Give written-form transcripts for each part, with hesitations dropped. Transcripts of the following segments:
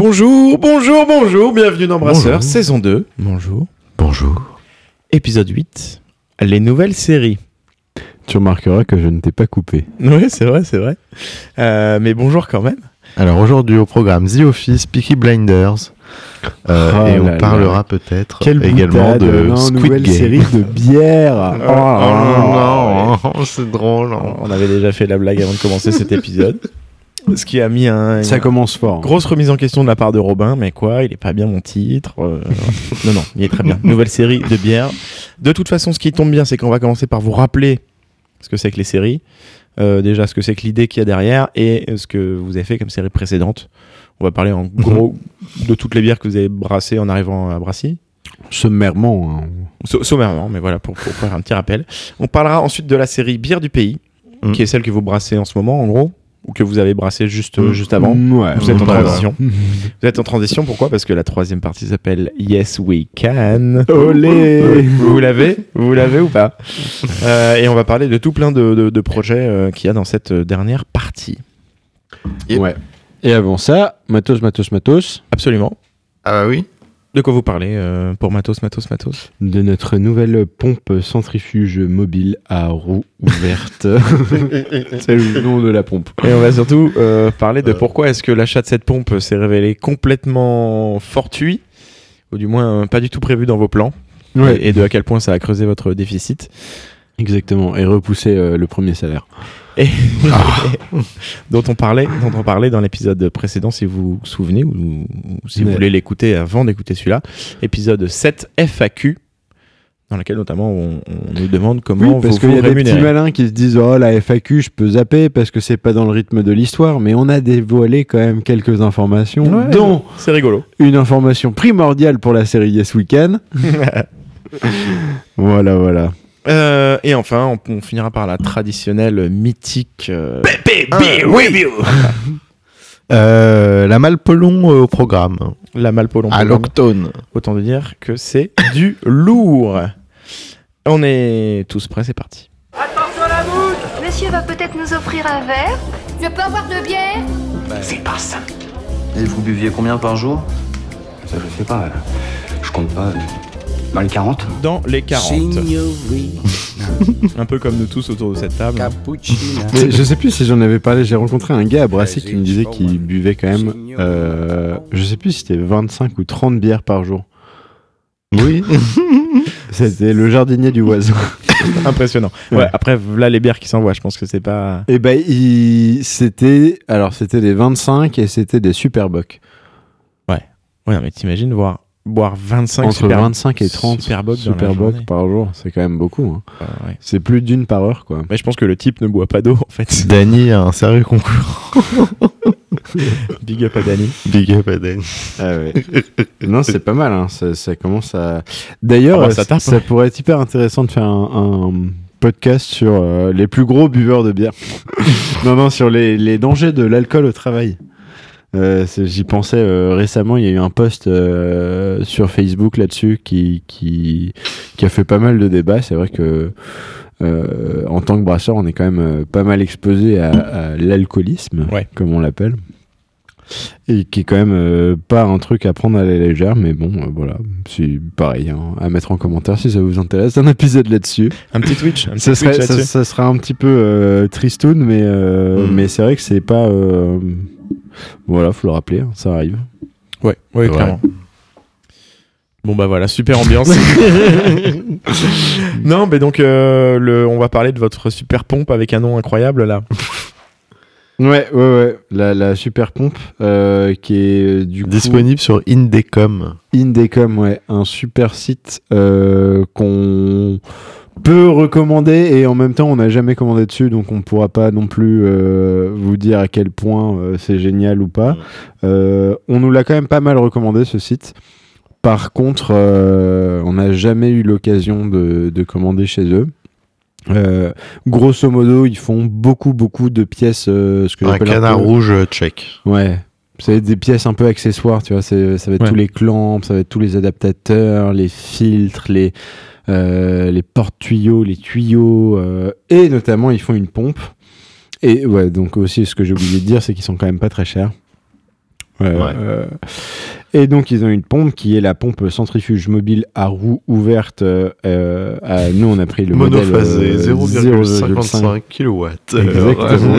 Bonjour, bienvenue dans Brasseurs, saison 2. Bonjour. Épisode 8, les nouvelles séries. Tu remarqueras que je ne t'ai pas coupé. Oui, c'est vrai. Mais bonjour quand même. Alors aujourd'hui au programme The Office, Peaky Blinders, et on parlera peut-être également de Squid nouvelle Game. série de bière. Non, c'est drôle. On avait déjà fait la blague avant de commencer cet épisode. Ce qui a mis Ça commence fort. grosse remise en question de la part de Robin, mais quoi, il est pas bien mon titre. Non, il est très bien. Nouvelle série de bière. De toute façon, ce qui tombe bien, c'est qu'on va commencer par vous rappeler ce que c'est que les séries. Déjà, ce que c'est que l'idée qu'il y a derrière et ce que vous avez fait comme série précédente. On va parler en gros de toutes les bières que vous avez brassées en arrivant à Brassy. Sommairement. Sommairement, mais voilà, pour faire un petit rappel. On parlera ensuite de la série Bière du Pays, qui est celle que vous brassez en ce moment, en gros, ou que vous avez brassé juste avant. Ouais, Vous êtes en transition. Vous êtes en transition, pourquoi ? Parce que la troisième partie s'appelle Yes We Can. Olé. Vous l'avez ou pas ? Et on va parler de tout plein de projets qu'il y a dans cette dernière partie. Ouais. Et avant ça, matos. Absolument. Ah bah oui. De quoi vous parlez pour Matos ? De notre nouvelle pompe centrifuge mobile à roue ouverte. C'est le nom de la pompe. Et on va surtout parler de pourquoi est-ce que l'achat de cette pompe s'est révélé complètement fortuit, ou du moins pas du tout prévu dans vos plans, Ouais. et de à quel point ça a creusé votre déficit. Exactement. Et repousser le premier salaire. Et dont on parlait dans l'épisode précédent, si vous vous souvenez, ou si vous voulez l'écouter avant d'écouter celui-là, épisode 7 FAQ, dans lequel notamment on nous demande comment parce vous qu'il y a des rémunérez. petits malins qui se disent oh la FAQ je peux zapper parce que c'est pas dans le rythme de l'histoire, mais on a dévoilé quand même quelques informations, Ouais, dont c'est rigolo. une information primordiale pour la série Yes We Can. Voilà. Et enfin, on finira par la traditionnelle mythique La Malpolon au programme. la Malpolon. À l'octone. Autant de dire que c'est du lourd. On est tous prêts, c'est parti. Attention à la mouche! Monsieur va peut-être nous offrir un verre. Je peux avoir de bière? C'est pas ça. Et vous buviez combien par jour? Ça, je sais pas. Je compte pas. Dans les 40. Dans les 40. Un peu comme nous tous autour de cette table. Mais je sais plus si j'en avais parlé, j'ai rencontré un gars à Brassy qui me disait qu'il buvait quand même, je sais plus si c'était 25 ou 30 bières par jour. Oui. C'était le jardinier du voisin. Impressionnant. Ouais, après, là, les bières qui s'envoient, je pense que c'est pas... Et ben, c'était des 25 et c'était des Superboc. Ouais, mais t'imagines boire 25 Entre 25 et 30 Superboc par jour, c'est quand même beaucoup. Hein. Ouais. C'est plus d'une par heure, quoi. Mais je pense que le type ne boit pas d'eau, en fait. Danny a un sérieux concurrent. Big up à Danny. Big up à Danny. Ah ouais. Non, c'est pas mal. Hein. Ça commence à... D'ailleurs, Ah bah, ça tape, ça pourrait être hyper intéressant de faire un podcast sur les plus gros buveurs de bière. non, sur les dangers de l'alcool au travail. J'y pensais récemment, il y a eu un post sur Facebook là-dessus qui a fait pas mal de débats. C'est vrai que en tant que brasseur, on est quand même pas mal exposé à l'alcoolisme, comme on l'appelle, et qui est quand même pas un truc à prendre à la légère, mais bon, voilà, c'est pareil, hein, à mettre en commentaire si ça vous intéresse, un épisode là-dessus. Un petit Twitch. Ça sera un petit peu tristoun, mais c'est vrai que c'est pas... Voilà, faut le rappeler, hein, ça arrive. Ouais, clairement. Bon bah voilà, super ambiance. Non, mais donc on va parler de votre super pompe avec un nom incroyable là. Ouais. La super pompe qui est du coup Disponible sur Indecom. Indecom, ouais, un super site qu'on peut recommander et en même temps on n'a jamais commandé dessus, donc on pourra pas non plus vous dire à quel point c'est génial ou pas. On nous l'a quand même pas mal recommandé, ce site. Par contre on n'a jamais eu l'occasion de commander chez eux. Grosso modo ils font beaucoup de pièces, ce que j'appelle Un canard rouge tchèque. Ouais, c'est des pièces un peu accessoires, tu vois, ça va être tous les clamps, ça va être tous les adaptateurs, les filtres, les porte-tuyaux, les tuyaux, et notamment ils font une pompe. Et ouais, donc aussi ce que j'ai oublié de dire, c'est qu'ils sont quand même pas très chers. Et donc, ils ont une pompe qui est la pompe centrifuge mobile à roue ouverte. Nous, on a pris le monophasé, 0,55 kW. Exactement.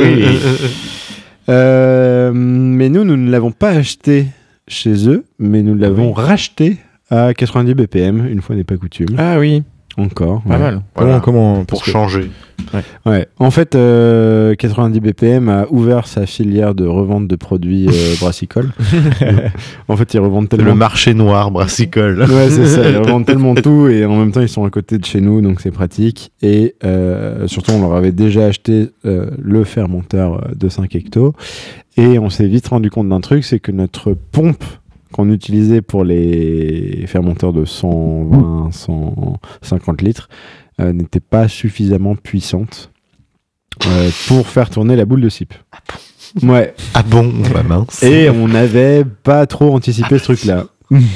Mais nous ne l'avons pas acheté chez eux, mais nous l'avons racheté à 90 BPM, une fois n'est pas coutume. Ah oui. Encore. Pas mal. Voilà. Comment pour changer. Ouais. En fait, 90 BPM a ouvert sa filière de revente de produits brassicoles. En fait, ils revendent tellement... Le marché noir brassicole. Ouais, c'est ça. Ils revendent tellement tout et en même temps, ils sont à côté de chez nous, donc c'est pratique. Et surtout, on leur avait déjà acheté le fermenteur de 5 hectos. Et on s'est vite rendu compte d'un truc, c'est que notre pompe qu'on utilisait pour les fermenteurs de 120, 150 litres n'était pas suffisamment puissante pour faire tourner la boule de cipe. Ouais. Ah bon, bah mince. Et on n'avait pas trop anticipé ce truc-là.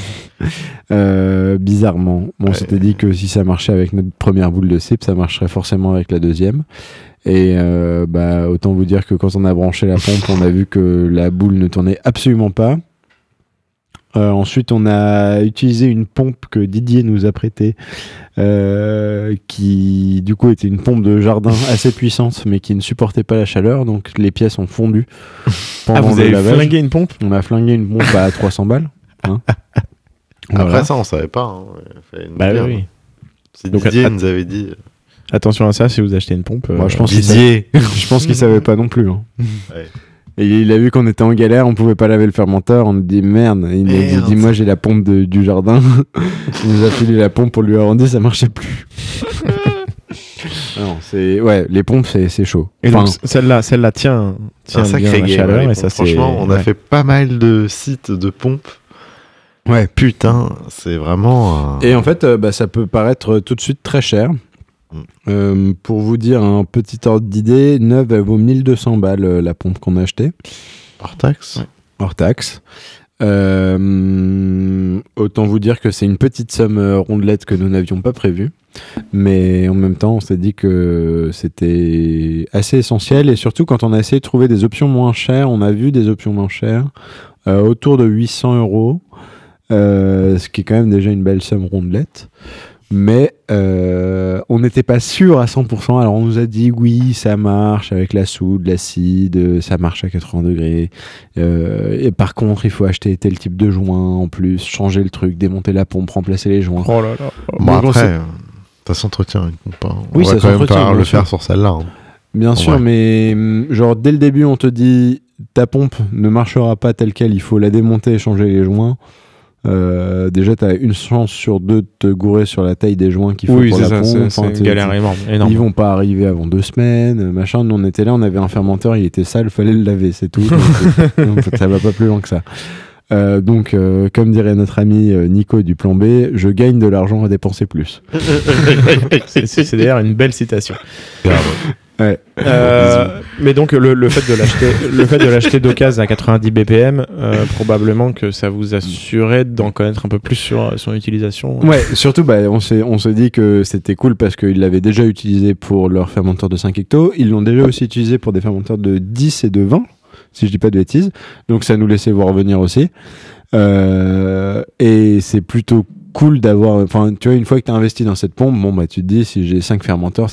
Bizarrement. On s'était dit que si ça marchait avec notre première boule de cipe, ça marcherait forcément avec la deuxième. Et autant vous dire que quand on a branché la pompe, on a vu que la boule ne tournait absolument pas. Ensuite, on a utilisé une pompe que Didier nous a prêtée, qui du coup était une pompe de jardin assez puissante, mais qui ne supportait pas la chaleur, donc les pièces ont fondu pendant vous le avez lavage. flingué une pompe ? On a flingué une pompe à 300 balles. Hein. Après ça, on savait pas. Hein. Oui. Si Didier nous avait dit... Attention à ça, si vous achetez une pompe. Moi, je pense Didier. Je pense qu'il savait pas non plus. Hein. Ouais. Et il a vu qu'on était en galère, on pouvait pas laver le fermenteur, on a dit merde. Et il a dit moi j'ai la pompe du jardin. Il nous a filé la pompe pour lui arrondir, ça marchait plus. Non, les pompes c'est chaud. Et donc celle-là tient un sacré bien la chaleur. game, et ça, franchement, on a fait pas mal de sites de pompes. Ouais. Putain, c'est vraiment. Et en fait, ça peut paraître tout de suite très cher. Pour vous dire un petit ordre d'idée, neuve elle vaut 1200 balles la pompe qu'on a achetée. Hors taxe. Ouais. Hors taxe. Autant vous dire que c'est une petite somme rondelette que nous n'avions pas prévue. Mais en même temps, on s'est dit que c'était assez essentiel. Et surtout, quand on a essayé de trouver des options moins chères, on a vu des options moins chères autour de 800 €. Ce qui est quand même déjà une belle somme rondelette. Mais on n'était pas sûr à 100%. Alors on nous a dit oui, ça marche avec la soude, l'acide, ça marche à 80 degrés. Et par contre, il faut acheter tel type de joint en plus, changer le truc, démonter la pompe, remplacer les joints. Oh là là. Bon, après, ça s'entretient une pompe. Oui, on va ça quand même s'entretient, pas bien le sûr. faire sur celle-là. Hein. Bien sûr, mais genre dès le début, on te dit ta pompe ne marchera pas telle quelle, il faut la démonter et changer les joints. Déjà, tu as une chance sur deux de te gourer sur la taille des joints qu'il faut pour la pompe. C'est une galère énorme. Ils vont pas arriver avant 2 semaines, machin. Nous, on était là, on avait un fermenteur, il était sale, fallait le laver, c'est tout. Donc, ça va pas plus loin que ça. Donc, comme dirait notre ami Nico du plan B, je gagne de l'argent à dépenser plus. C'est d'ailleurs une belle citation. Ouais. Mais donc le fait de l'acheter d'occasion à 90 BPM, probablement que ça vous assurait d'en connaître un peu plus sur son utilisation. Ouais, surtout on s'est dit que c'était cool parce qu'ils l'avaient déjà utilisé pour leur fermenteur de 5 hectos. Ils l'ont déjà aussi utilisé pour des fermenteurs de 10 et de 20, si je dis pas de bêtises. Donc ça nous laissait voir venir aussi. Et c'est plutôt cool d'avoir, enfin tu vois, une fois que tu as investi dans cette pompe, tu te dis si j'ai 6 fermenteurs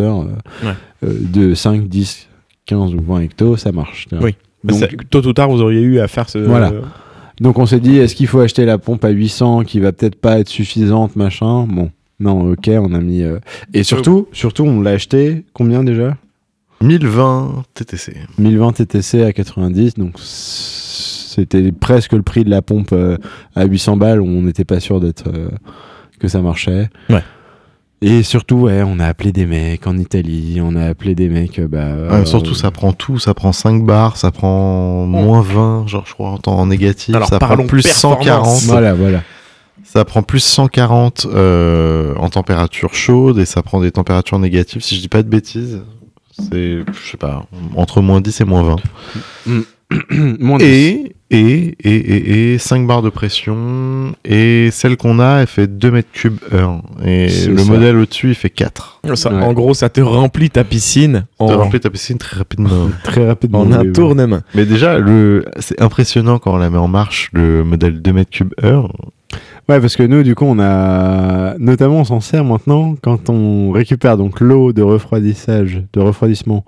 de 5, 10, 15 ou 20 hectos, ça marche. Oui. Donc, tôt ou tard, vous auriez eu à faire ce... Voilà. Donc on s'est dit, est-ce qu'il faut acheter la pompe à 800 qui va peut-être pas être suffisante, machin. Bon, non, ok, on a mis... Et surtout, on l'a acheté, combien déjà ? 1020 TTC. 1020 TTC à 90, donc c'était presque le prix de la pompe à 800 balles où on n'était pas sûr que ça marchait. Ouais. Et surtout, on a appelé des mecs en Italie, on a appelé des mecs... surtout, ça prend tout, ça prend 5 bars, ça prend moins 20, genre je crois en négatif, alors, ça prend plus 140. Voilà. Ça prend plus 140 en température chaude et ça prend des températures négatives, si je dis pas de bêtises. C'est, je sais pas, entre moins 10 et moins 20. Moins 10. Et Et 5 barres de pression. Et celle qu'on a, elle fait 2 mètres cubes heure. Et le modèle au-dessus, il fait 4. Ça, en gros, ça te remplit ta piscine. Ça remplit ta piscine très rapidement. Très rapidement. En un tournement. Mais déjà, c'est impressionnant quand on la met en marche, le modèle 2 mètres cubes heure. Ouais, parce que nous, du coup, on s'en sert maintenant quand on récupère donc l'eau de refroidissement.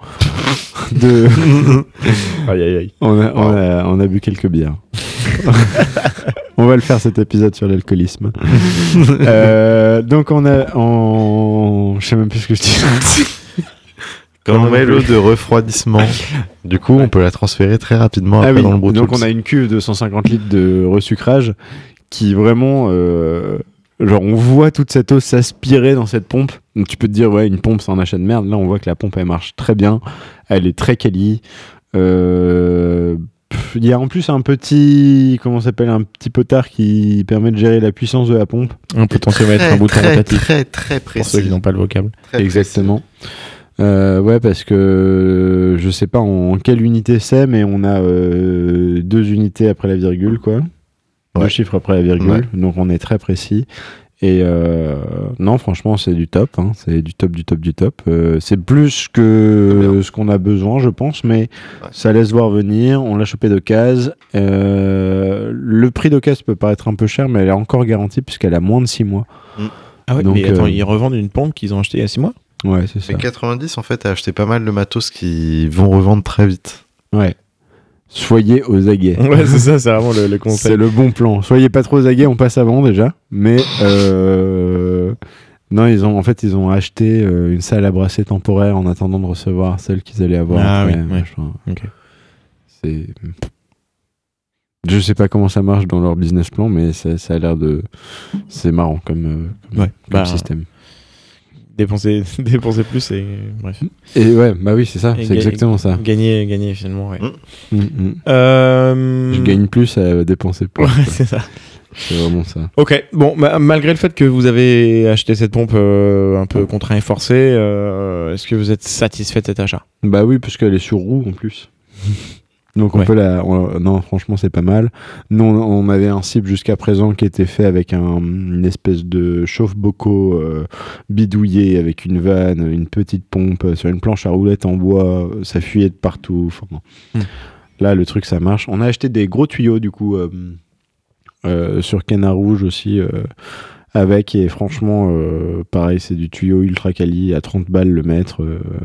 Aïe, aïe, aïe. On a bu quelques bières. On va le faire cet épisode sur l'alcoolisme. Donc je sais même plus ce que je dis. Quand on met l'eau de refroidissement, du coup, on peut la transférer très rapidement après dans le Bluetooth. Donc on a une cuve de 150 litres de resucrage qui vraiment, genre on voit toute cette eau s'aspirer dans cette pompe. Donc tu peux te dire, ouais, une pompe c'est un achat de merde. Là on voit que la pompe elle marche très bien, elle est très quali. Il y a en plus un petit potard qui permet de gérer la puissance de la pompe. Un potentiomètre, un bouton rotatif. Très Pour ceux précis. qui n'ont pas le vocable. Exactement. Ouais, parce que je sais pas en quelle unité c'est, mais on a 2 unités après la virgule, quoi. 2 chiffres après la virgule, donc on est très précis. Et non, franchement, c'est du top, hein. C'est du top. C'est plus que ce qu'on a besoin, je pense, mais ça laisse voir venir. On l'a chopé d'occasion. Le prix d'occasion peut paraître un peu cher, mais elle est encore garantie puisqu'elle a moins de 6 mois. Ah ouais, donc, mais attends, ils revendent une pompe qu'ils ont achetée il y a 6 mois ? Ouais, c'est ça. Et 90, en fait, a acheté pas mal de matos qui vont revendre très vite. Ouais. Soyez aux aguets. Ouais, c'est ça, c'est vraiment le conseil. C'est le bon plan. Soyez pas trop aux aguets, on passe avant déjà. Mais non, ils ont acheté une salle à brasser temporaire en attendant de recevoir celle qu'ils allaient avoir. Ah après, oui, ouais. Okay. Je sais pas comment ça marche dans leur business plan, mais ça a l'air de. C'est marrant comme système. Dépenser plus et bref. Et ouais, bah oui, c'est ça, c'est exactement ça. Gagner finalement, ouais. Je gagne plus à dépenser plus. Ouais, c'est ça. C'est vraiment ça. Ok, bon, malgré le fait que vous avez acheté cette pompe un peu contraint et forcé, est-ce que vous êtes satisfait de cet achat ? Bah oui, parce qu'elle est sur roue en plus. Donc on peut non, franchement c'est pas mal. Nous on avait un cible jusqu'à présent qui était fait avec une espèce de chauffe-bocaux bidouillé avec une vanne, une petite pompe sur une planche à roulettes en bois, ça fuyait de partout. Enfin, là le truc ça marche. On a acheté des gros tuyaux du coup sur Canard Rouge aussi avec, et franchement pareil, c'est du tuyau ultra quali à 30 balles le mètre.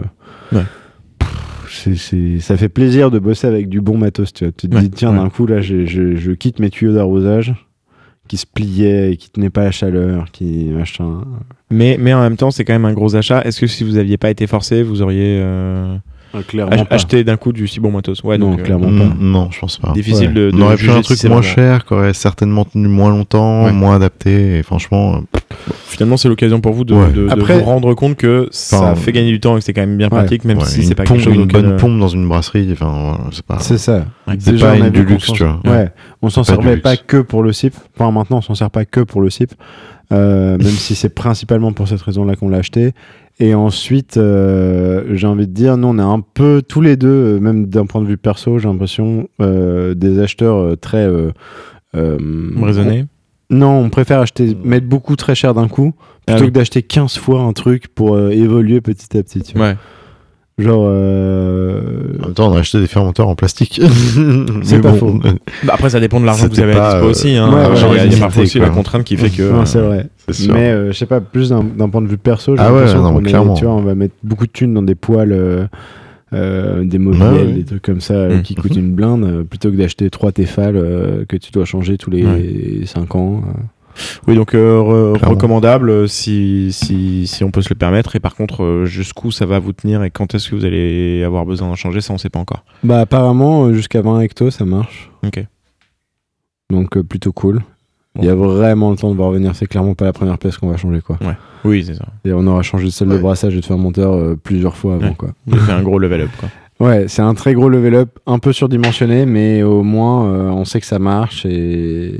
Ça fait plaisir de bosser avec du bon matos, tu vois. Tu te dis, tiens, d'un coup, là, je quitte mes tuyaux d'arrosage qui se pliaient et qui tenaient pas la chaleur, qui machin. Mais en même temps, c'est quand même un gros achat. Est-ce que si vous aviez pas été forcé, vous auriez acheté d'un coup du si bon matos ? Ouais, non, donc, clairement pas. Non, je pense pas. Difficile de on aurait pu juger un truc si moins vraiment cher, qui aurait certainement tenu moins longtemps, moins adapté, et franchement... Finalement, c'est l'occasion pour vous de vous rendre compte que ça fait gagner du temps et que c'est quand même bien pratique, même si c'est pas quelque chose une bonne pompe dans une brasserie, enfin, c'est pas... C'est ça. C'est pas une du luxe, tu vois. Ouais, on s'en servait pas que pour le CIP. Enfin, maintenant, on s'en sert pas que pour le CIP, même si c'est principalement pour cette raison-là qu'on l'a acheté. Et ensuite, j'ai envie de dire, nous, on est un peu tous les deux, même d'un point de vue perso, j'ai l'impression, des acheteurs très... raisonnés. Non, on préfère mettre beaucoup très cher d'un coup plutôt que d'acheter 15 fois un truc pour évoluer petit à petit. Tu vois. Ouais. Genre. En même temps, on a acheté des fermenteurs en plastique. C'est pas faux. Après, ça dépend de l'argent que vous avez à dispo aussi. Hein. Il y a parfois aussi la contrainte qui fait que. Non, c'est vrai. Mais je sais pas, plus d'un point de vue perso, j'ai l'impression qu'on tu vois, on va mettre beaucoup de thunes dans des poêles. Des mobiles, des trucs comme ça qui coûtent une blinde plutôt que d'acheter 3 Tefal que tu dois changer tous les 5 ans. Oui, donc recommandable si on peut se le permettre. Et par contre, jusqu'où ça va vous tenir et quand est-ce que vous allez avoir besoin d'en changer, ça on sait pas encore. Bah apparemment jusqu'à 20 hectos ça marche. Ok. Donc plutôt cool. Il y a vraiment le temps de voir venir, c'est clairement pas la première pièce qu'on va changer, quoi. Ouais. Oui, c'est ça. Et on aura changé de salle de brassage et de fermenteur plusieurs fois avant, quoi. Vous avez fait un gros level up, quoi. Ouais, c'est un très gros level up, un peu surdimensionné, mais au moins on sait que ça marche et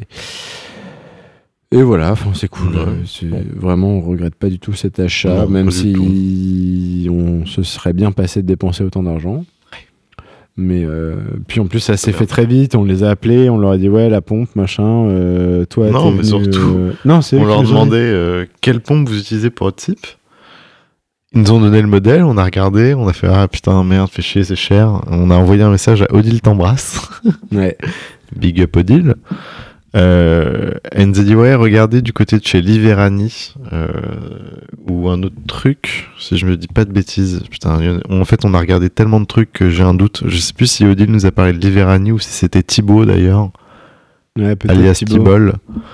voilà, c'est cool. Vraiment, on regrette pas du tout cet achat, même si on se serait bien passé de dépenser autant d'argent. Mais puis en plus ça s'est fait très vite, on les a appelés, on leur a dit ouais la pompe machin, toi non t'es mais venu, surtout non, c'est on leur demandait quelle pompe vous utilisez pour votre type. Ils nous ont donné le modèle, on a regardé, on a fait ah putain merde fais chier c'est cher, on a envoyé un message à Odile t'embrasse. Ouais. Big up Odile. Elle nous a dit ouais regardez du côté de chez Liverani ou un autre truc si je me dis pas de bêtises. Putain, en fait on a regardé tellement de trucs que j'ai un doute. Je sais plus si Odile nous a parlé de Liverani ou si c'était Thibaut d'ailleurs, Ouais, peut-être alias Thibol.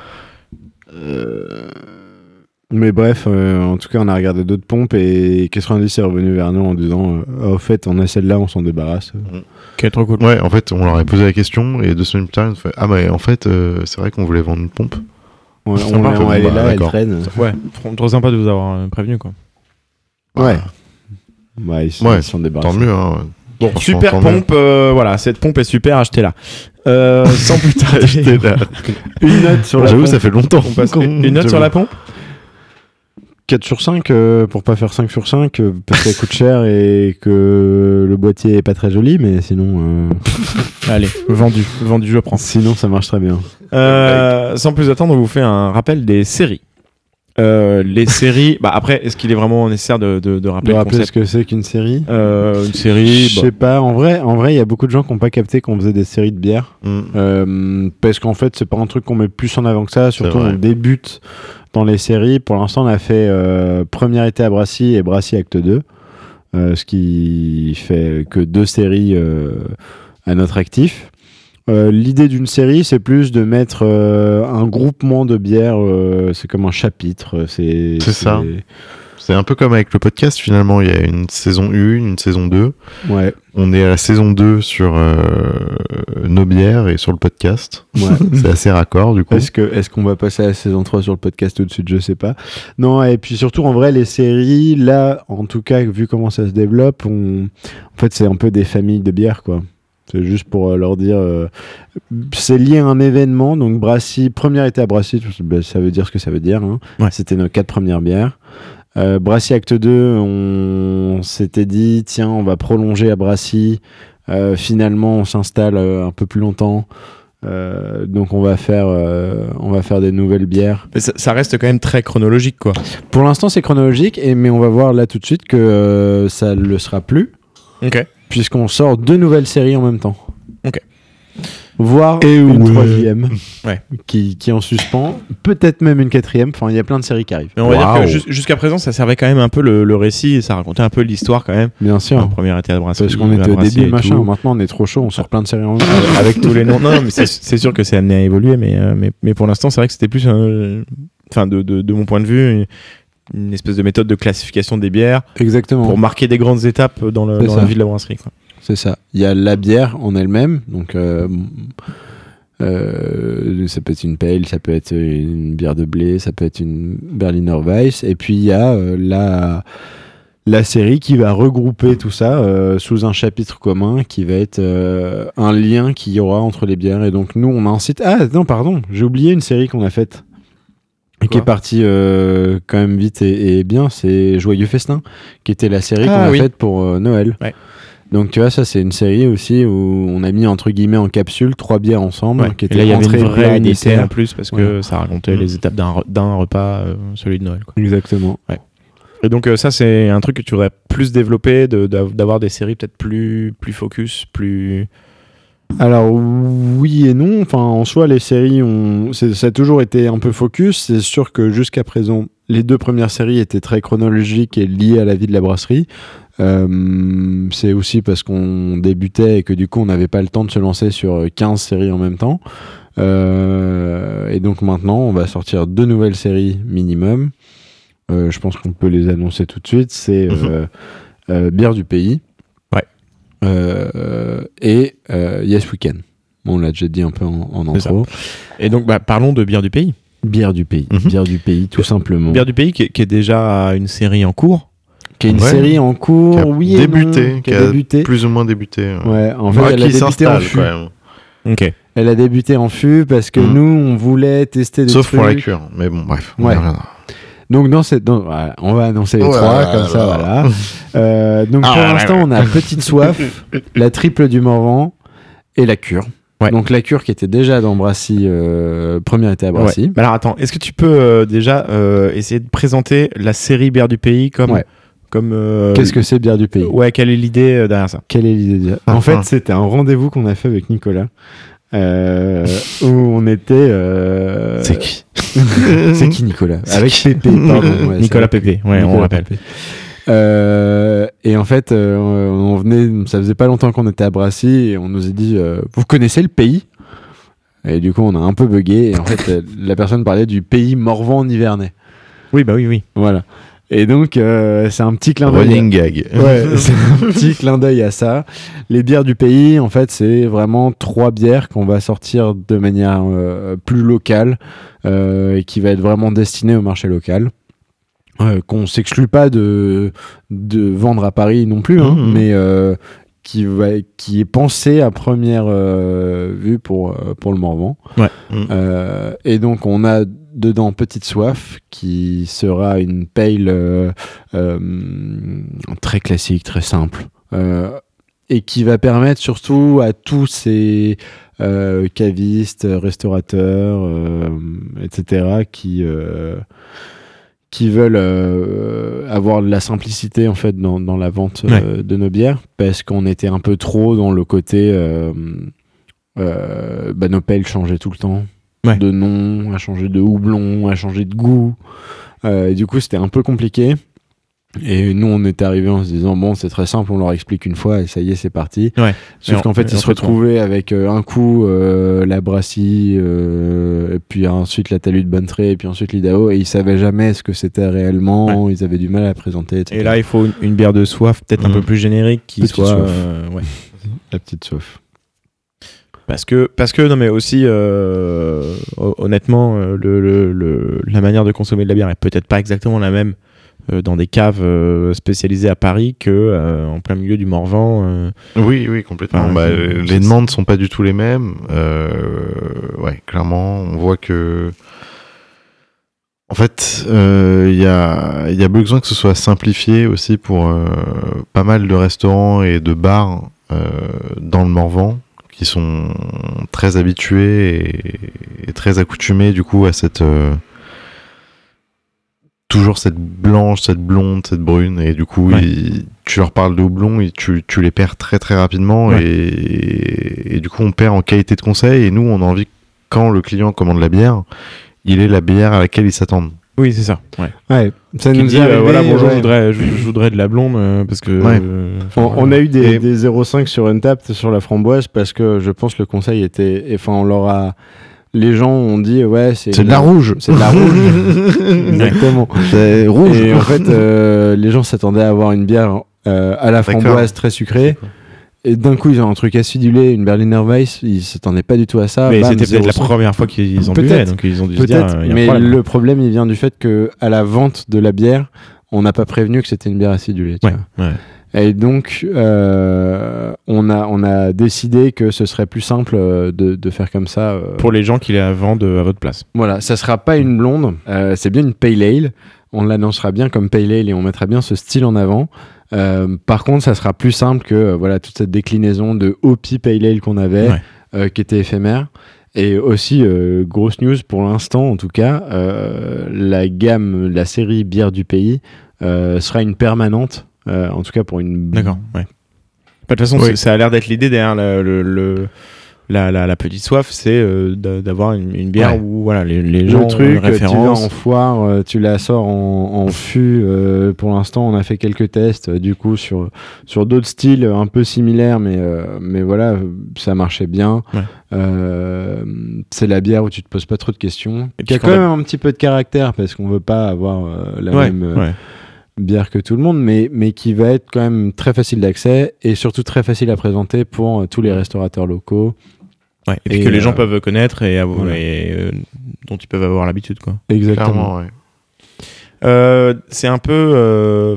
Mais bref, en tout cas on a regardé d'autres pompes et 90 est revenu vers nous en disant au fait on a celle-là, on s'en débarrasse. Qui est trop cool. Ouais, en fait on leur a posé la question et 2 semaines plus tard ils nous fait ah mais en fait c'est vrai qu'on voulait vendre une pompe. Ouais, Sympa, elle est bah, là, elle d'accord. traîne. Ouais, trop sympa de vous avoir prévenu quoi. Ouais. Ouais, ils s'en débarrassent. Tant mieux hein. Bon, Franchement, super tant mieux. pompe, voilà, cette pompe est super, achetez-la. Sans plus tarder, Une note sur la J'avoue pompe. ça fait longtemps. on passe une note sur la pompe. 4 sur 5 pour pas faire 5 sur 5 parce qu'elle coûte cher et que le boîtier est pas très joli, mais sinon Allez, vendu, je prends. sinon ça marche très bien. Sans plus attendre, on vous fait un rappel des séries. Les séries, bah après, est-ce qu'il est vraiment nécessaire de rappeler De le rappeler ce concept que c'est qu'une série. Une série, Je sais pas, en vrai, il y a beaucoup de gens qui n'ont pas capté qu'on faisait des séries de bière. Parce qu'en fait, c'est pas un truc qu'on met plus en avant que ça. Surtout, vrai. on débute dans les séries. Pour l'instant, on a fait Premier été à Brassy et Brassy Acte 2. Ce qui fait que 2 séries à notre actif. L'idée d'une série, c'est plus de mettre un groupement de bières. C'est comme un chapitre. C'est ça. C'est un peu comme avec le podcast finalement, il y a une saison 1, une saison 2. Ouais. On est à la saison 2 sur nos bières et sur le podcast. Ouais. C'est assez raccord du coup. Est-ce qu'on va passer à la saison 3 sur le podcast tout de suite? Je sais pas. Non, et puis surtout, en vrai, les séries, là, en tout cas, vu comment ça se développe, en fait, c'est un peu des familles de bières, quoi. C'est juste pour leur dire... c'est lié à un événement, donc Brassy, premier été à Brassy, ça veut dire ce que ça veut dire. Hein. Ouais. C'était nos 4 premières bières. Brassy Acte 2, on s'était dit, tiens, on va prolonger à Brassy. Finalement, on s'installe un peu plus longtemps. Donc on va faire des nouvelles bières. Mais ça reste quand même très chronologique quoi. Pour l'instant, c'est chronologique, mais on va voir là tout de suite que ça le sera plus. Ok. Puisqu'on sort 2 nouvelles séries en même temps. Ok. Voire Et une ouais. 3e Ouais. qui est en suspens. Peut-être même une 4e. Enfin, il y a plein de séries qui arrivent. Mais on va dire que jusqu'à présent, ça servait quand même un peu le récit et ça racontait un peu l'histoire quand même. Bien sûr. En première été à Brassy. Parce qu'on était au début, machin. Maintenant, on est trop chaud. On sort plein de séries en même temps. Avec tous les noms. Non, mais c'est sûr que c'est amené à évoluer, mais pour l'instant, c'est vrai que c'était plus, enfin, de mon point de vue, une espèce de méthode de classification des bières Exactement. pour marquer des grandes étapes dans la vie de la brasserie. Quoi. C'est ça. Il y a la bière en elle-même. Donc, ça peut être une pale, ça peut être une bière de blé, ça peut être une Berliner Weiss. Et puis, il y a la série qui va regrouper tout ça sous un chapitre commun qui va être un lien qu'il y aura entre les bières. Et donc, nous, on a un site... Ah, non, pardon. J'ai oublié une série qu'on a faite. Et qui est partie quand même vite et bien, c'est Joyeux Festin, qui était la série qu'on a faite pour Noël. Ouais. Donc tu vois, ça c'est une série aussi où on a mis entre guillemets en capsule 3 bières ensemble, qui Et était là, il y avait une entrée, vraie plat, unité dessert. en plus parce que ça racontait les étapes d'un repas, celui de Noël. Quoi. Exactement. Ouais. Et donc ça, c'est un truc que tu voudrais plus développer, d'avoir des séries peut-être plus focus, plus... Alors oui et non, enfin en soi les séries ça a toujours été un peu focus, c'est sûr que jusqu'à présent les 2 premières séries étaient très chronologiques et liées à la vie de la brasserie. C'est aussi parce qu'on débutait et que du coup on n'avait pas le temps de se lancer sur 15 séries en même temps. Et donc maintenant on va sortir 2 nouvelles séries minimum. Je pense qu'on peut les annoncer tout de suite. C'est Bière du Pays. Et Yes Weekend. Bon, on l'a déjà dit un peu en intro. Et donc, parlons de Bière du Pays. Bière du Pays. Bière du Pays, tout simplement. Bière du Pays qui est déjà une série en cours. Qui est une série en cours, qui a oui débuté, et non, qui a débuté. Plus ou moins débuté. Ouais, en fait, elle a débuté en fût. Quand même. Ok. Elle a débuté en fût parce que nous, on voulait tester des Sauf trucs. pour la cure. Mais bon, bref. Ouais. Donc voilà, on va annoncer les Ouais, trois comme ça, alors. voilà. Donc pour l'instant, on a Petite Soif, la triple du Morvan et la cure. Ouais. Donc la cure qui était déjà dans Brassy, première été à Brassy. Ouais. Mais alors attends, est-ce que tu peux déjà essayer de présenter la série Bière du Pays comme... Ouais. comme Qu'est-ce que c'est Bière du Pays? Ouais, quelle est l'idée derrière ça? Quelle est l'idée? En fait, c'était un rendez-vous qu'on a fait avec Nicolas. Où on était. C'est qui? C'est qui Nicolas? Avec Pépé, pardon. Ouais, Nicolas Pépé, ouais, on rappelle. Pépé. Et en fait, on venait, ça faisait pas longtemps qu'on était à Brassy et on nous a dit vous connaissez le pays? Et du coup, on a un peu bugué. Et en fait, la personne parlait du pays Morvan-Nivernais. Oui, bah oui. Voilà. Et donc, c'est un petit clin d'œil. Running gag. Ouais, c'est un petit clin d'œil à ça. Les bières du pays, en fait, c'est vraiment 3 bières qu'on va sortir de manière plus locale et qui va être vraiment destinée au marché local. Qu'on s'exclue pas de vendre à Paris non plus, hein, mais qui est pensé à première vue pour le Morvan. Ouais. Et donc on a dedans Petite Soif qui sera une pale très classique, très simple, et qui va permettre surtout à tous ces cavistes, restaurateurs, etc. qui veulent avoir de la simplicité en fait dans la vente de nos bières, parce qu'on était un peu trop dans le côté nos pales changeaient tout le temps de nom, à changer de houblon, à changer de goût, et du coup c'était un peu compliqué. Et nous, on est arrivés en se disant bon, c'est très simple, on leur explique une fois et ça y est, c'est parti. Ouais. Sauf qu'en fait, ils se retrouvaient avec un coup la Brassy, et puis ensuite la Talus de Bonnetré, et puis ensuite l'Idaho, et ils savaient jamais ce que c'était réellement. Ils avaient du mal à la présenter, etc. Et là, il faut une bière de soif, peut-être un peu plus générique, qui Petite soit soif. La petite soif. Parce que non, mais aussi honnêtement, la manière de consommer de la bière est peut-être pas exactement la même dans des caves spécialisées à Paris que en plein milieu du Morvan. Oui, complètement. Les demandes sont pas du tout les mêmes. Clairement, on voit que en fait, il y a besoin que ce soit simplifié aussi pour pas mal de restaurants et de bars dans le Morvan qui sont très habitués et très accoutumés du coup à cette toujours cette blanche, cette blonde, cette brune, et du coup tu leur parles de houblon et tu les perds très très rapidement, et du coup on perd en qualité de conseil, et nous on a envie que quand le client commande la bière, il ait la bière à laquelle il s'attend. Oui, c'est ça. Ça qui nous dit est arrivé, voilà, bonjour, je voudrais de la blonde parce que on a eu des 0,5 sur Untappd sur la framboise parce que je pense que le conseil était, enfin on leur a, les gens ont dit c'est de la rouge, c'est de la rouge. Exactement, c'est rouge. Et en fait les gens s'attendaient à avoir une bière à la framboise très sucrée. Et d'un coup, ils ont un truc acidulé, une Berliner Weiss, ils s'attendaient pas du tout à ça. Mais bam, c'était peut-être la 0,5. première fois qu'ils en buvaient, donc ils ont dû se dire. Mais le problème, il vient du fait que à la vente de la bière, on n'a pas prévenu que c'était une bière acidulée. Et donc, on a décidé que ce serait plus simple de faire comme ça. Pour les gens qui la vendent à votre place. Voilà, ça sera pas une blonde, c'est bien une pale ale. On l'annoncera bien comme pale ale et on mettra bien ce style en avant. Par contre, ça sera plus simple que toute cette déclinaison de Hopi Pale Ale qu'on avait, qui était éphémère. Et aussi, grosse news pour l'instant, en tout cas, la série bière du pays sera une permanente, en tout cas pour une. D'accord. Ouais. De toute façon, ça a l'air d'être l'idée derrière la petite soif, c'est d'avoir une bière où voilà les gens ont une référence. Tu vas en foire, tu la sors en fût. Pour l'instant, on a fait quelques tests du coup sur d'autres styles un peu similaires, mais voilà, ça marchait bien. C'est la bière où tu te poses pas trop de questions. Il y a quand même un petit peu de caractère parce qu'on veut pas avoir la même bière que tout le monde, mais qui va être quand même très facile d'accès et surtout très facile à présenter pour tous les restaurateurs locaux. Et puis que les gens peuvent connaître et dont ils peuvent avoir l'habitude, quoi. Exactement. C'est un peu,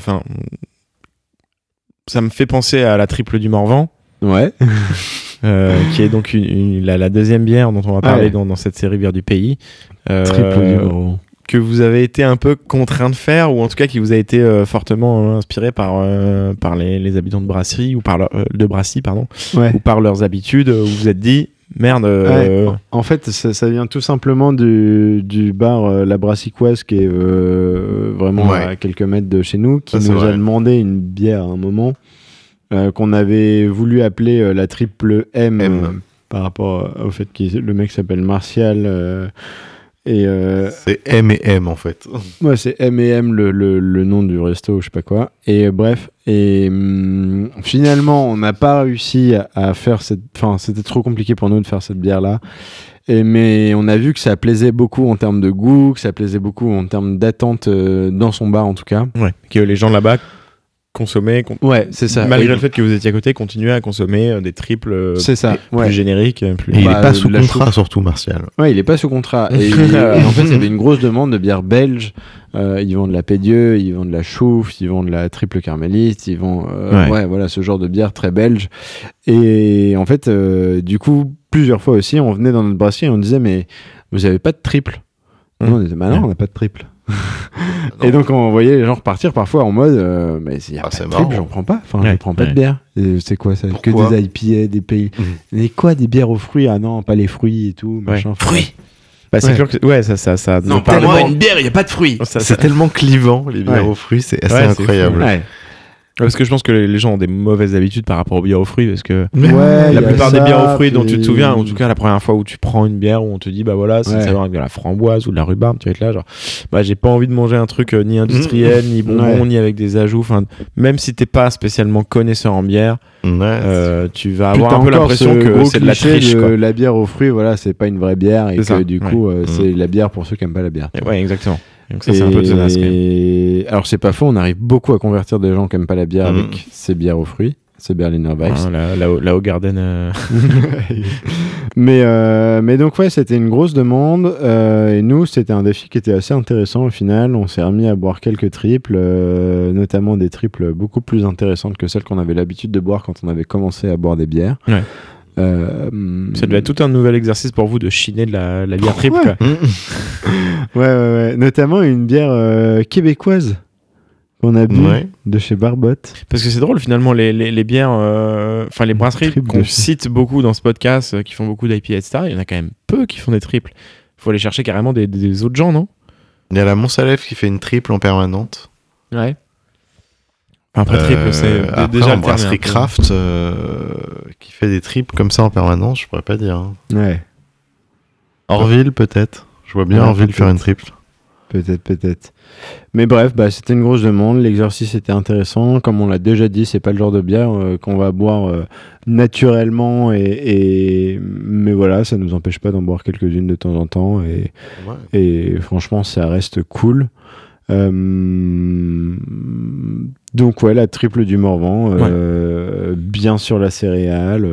ça me fait penser à la triple du Morvan, qui est donc la deuxième bière dont on va parler dans cette série bière du pays. Triple du Morvan. que vous avez été un peu contraint de faire, ou en tout cas qui vous a été fortement inspiré par les habitants de Brasserie, ou de Brassy, pardon, Ouais. ou par leurs habitudes, où vous vous êtes dit, merde... Ouais, en fait, ça vient tout simplement du bar La Brassicoise, qui est vraiment Ouais. à quelques mètres de chez nous, qui Ça, c'est nous a vrai. demandé une bière à un moment, qu'on avait voulu appeler la triple M, M. par rapport au fait que le mec s'appelle Martial. C'est M et M en fait. Ouais, c'est M&M le nom du resto, je sais pas quoi. Et bref, finalement, on n'a pas réussi à faire cette... Enfin, c'était trop compliqué pour nous de faire cette bière-là. Mais on a vu que ça plaisait beaucoup en termes de goût, que ça plaisait beaucoup en termes d'attente dans son bar, en tout cas. Ouais, que les gens là-bas consommaient, Ouais, c'est ça. malgré Et- le fait que vous étiez à côté, continuaient à consommer des triples C'est ça, plus ouais. génériques, plus... Et il Bah, est pas sous la contrat surtout, Martial. Ouais, il est pas sous contrat. Et en fait, il y avait une grosse demande de bière belge. Ils vendent de la Pédieu, ils vendent de la Chouffe, ils vendent de la triple carméliste, ils vendent Ouais. voilà, ce genre de bière très belge. Et en fait, du coup, plusieurs fois aussi, on venait dans notre brasserie et on disait, mais vous avez pas de triple? Non, on disait, bah non, on n'a pas de triple. Et donc, on voyait les gens repartir parfois en mode, mais il y a Ah, pas c'est de triple, marrant. j'en prends pas. Enfin, Ouais. je prends pas de Ouais. bière. Et c'est quoi ça? Pourquoi Que des IPA, des pays. Mais quoi, des bières aux fruits? Ah non, pas les fruits et tout. Machin. Enfin, Bah, c'est Ouais. sûr que... Ouais, ça Non, nous parle- pour moi, une bière, il n'y a pas de fruits. Ça- Tellement clivant, les bières Ouais. aux fruits, c'est assez Ouais, c'est incroyable. Ouais. Parce que je pense que les gens ont des mauvaises habitudes par rapport aux bières aux fruits, parce que Ouais, la il y a plupart des ça, bières aux fruits dont tu te puis- souviens, en tout cas la première fois où tu prends une bière, où on te dit bah voilà, c'est Ouais. savoir avec de la framboise ou de la rhubarbe, tu vas être là genre bah j'ai pas envie de manger un truc ni industriel, ni bonbon, Ouais. ni avec des ajouts, enfin même si t'es pas spécialement connaisseur en bière, Ouais. tu vas Puis avoir t'as un peu encore l'impression ce que gros c'est de la cliché triche quoi. La bière aux fruits, voilà, c'est pas une vraie bière et C'est ça, que du ouais. coup, c'est la bière pour ceux qui aiment pas la bière. Ouais, exactement. Donc ça c'est un peu tenace quand même. Et alors c'est pas faux, on arrive beaucoup à convertir des gens qui aiment pas la bière avec ces bières aux fruits, ces Berliner Weiss. Hein, la Hoegaarden Mais donc ouais, c'était une grosse demande et nous c'était un défi qui était assez intéressant au final. On s'est remis à boire quelques triples, notamment des triples beaucoup plus intéressantes que celles qu'on avait l'habitude de boire quand on avait commencé à boire des bières. Ouais. Ça ça devait être tout un nouvel exercice pour vous de chiner de la bière triple Ouais. quoi. Ouais. Notamment une bière québécoise qu'on a bu Ouais. de chez Barbotte. Parce que c'est drôle finalement les bières, enfin les brasseries Triple qu'on de- cite beaucoup dans ce podcast, qui font beaucoup d'IPA etc. Il y en a quand même peu qui font des triples. Faut aller chercher carrément des autres gens, non? Il y a la Montsalef qui fait une triple en permanente. Ouais. Après triple, c'est après, déjà en le terme. brasserie Craft qui fait des triples comme ça en permanence, je pourrais pas dire. Hein. Ouais, Orville peut-être. Je vois bien Ouais, Orville faire peut-être. une triple. peut-être. Mais bref, c'était une grosse demande. L'exercice était intéressant. Comme on l'a déjà dit, c'est pas le genre de bière qu'on va boire naturellement. Mais voilà, ça nous empêche pas d'en boire quelques-unes de temps en temps. Et franchement, ça reste cool. Donc ouais, la triple du Morvan, bien sûr la céréale,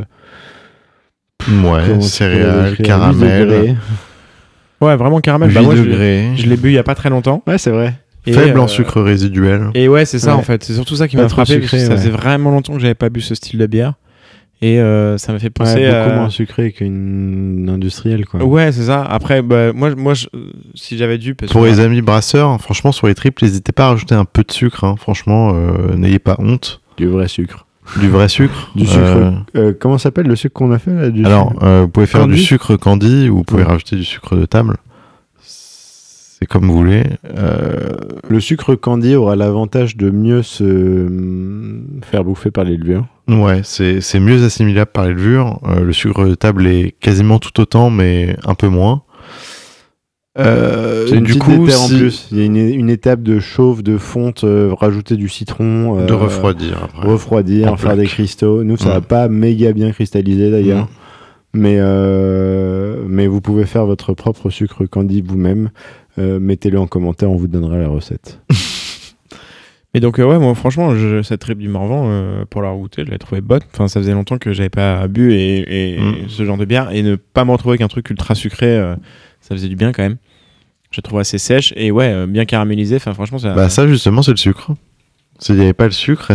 Ouais, comment tu céréales, pourrais décrire, 8 caramel, degrés. Ouais, vraiment caramel. 8 Bah, moi, degrés. je l'ai bu il y a pas très longtemps. Ouais, c'est vrai. Et, Faible en sucre résiduel. Et ouais, c'est ça Ouais. en fait. C'est surtout ça qui Pas m'a trop frappé. Parce que sucré, ça ouais. faisait vraiment longtemps que j'avais pas bu ce style de bière. Et ça m'a fait penser Ouais, à... beaucoup moins sucré qu'une industrielle, quoi. Ouais, c'est ça. Après, bah, moi si j'avais dû... Parce Pour que- les amis brasseurs, franchement, sur les triples, n'hésitez pas à rajouter un peu de sucre. Hein. Franchement, n'ayez pas honte. Du vrai sucre. Du vrai sucre. Du sucre. Comment s'appelle le sucre qu'on a fait là, Alors, vous pouvez faire Candy du sucre candy ou vous pouvez Ouais. rajouter du sucre de table. C'est comme vous voulez. le sucre candy aura l'avantage de mieux se faire bouffer par les levures. Ouais, c'est mieux assimilable par les levures. Le sucre de table est quasiment tout autant, mais un peu moins. C'est une du petite coup, déterre en plus. Il y a une étape de chauffe, de fonte, rajouter du citron, de refroidir après. refroidir, En faire bloc. des cristaux. Nous, ça Mm. va pas méga bien cristallisé d'ailleurs. Mais vous pouvez faire votre propre sucre candy vous-même. Mettez-le en commentaire, on vous donnera la recette. Et donc, ouais, moi, franchement, cette triple du Morvan, pour la goûter, je l'ai trouvée bonne. Enfin, ça faisait longtemps que j'avais pas bu et ce genre de bière. Et ne pas me retrouver avec un truc ultra sucré, ça faisait du bien quand même. Je la trouve assez sèche et ouais, bien caramélisée. Enfin, franchement, ça. Bah ça justement c'est le sucre. S'il n'y avait pas le sucre,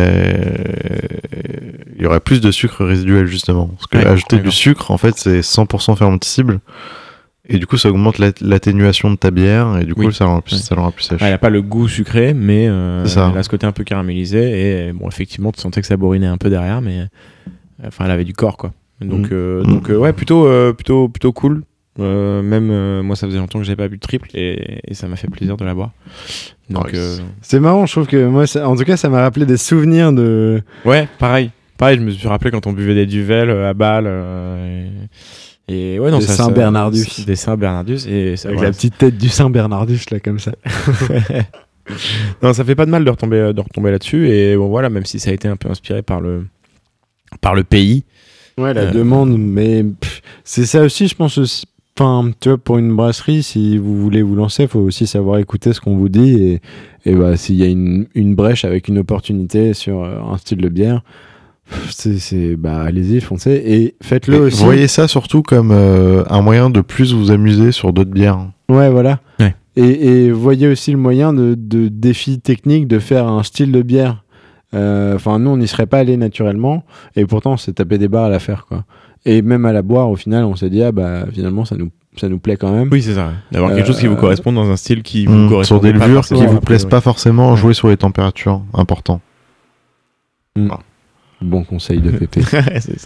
il y aurait plus de sucre résiduel justement. Parce que Ouais, ajouter d'accord. du sucre, en fait, c'est 100% fermentescible. Et du coup, ça augmente l'atténuation de ta bière, et du coup, Oui. ça la rend plus sèche. Elle a pas le goût sucré, mais C'est ça. elle a ce côté un peu caramélisé. Et bon, effectivement, tu sentais que ça bourrinait un peu derrière, mais enfin, elle avait du corps, quoi. Donc, ouais, plutôt cool. Moi, ça faisait longtemps que j'avais pas bu de triple, et ça m'a fait plaisir de la boire. Donc, Nice. C'est marrant, je trouve que moi, en tout cas, ça m'a rappelé des souvenirs de. ouais, pareil, je me suis rappelé quand on buvait des Duvel à Bâle. Et ouais, non, Des ça, Saint-Bernardus. Des Saint-Bernardus. Et ça, Avec voilà, la petite tête du Saint-Bernardus, là, comme ça. non, ça fait pas de mal de retomber là-dessus. Et bon, voilà, même si ça a été un peu inspiré par le pays. Ouais, la demande, mais c'est ça aussi, je pense aussi. Enfin, tu vois, pour une brasserie, si vous voulez vous lancer, il faut aussi savoir écouter ce qu'on vous dit. Et bah, s'il y a une brèche avec une opportunité sur un style de bière, bah, allez-y, foncez. Et faites-le aussi. Vous voyez ça surtout comme un moyen de plus vous amuser sur d'autres bières. Ouais, voilà. Ouais. Et voyez aussi le moyen de défi technique de faire un style de bière. Enfin, nous, on n'y serait pas allé naturellement. Et pourtant, on s'est tapé des barres à la faire, quoi. Et même à la boire, au final, on s'est dit, ah bah finalement, ça nous plaît quand même. Oui, c'est ça. Ouais. D'avoir quelque chose qui vous correspond dans un style qui vous correspond. Sur des levures qui vous plaisent ouais. pas forcément, jouer sur les températures, important. Bon conseil de Pépé. C'est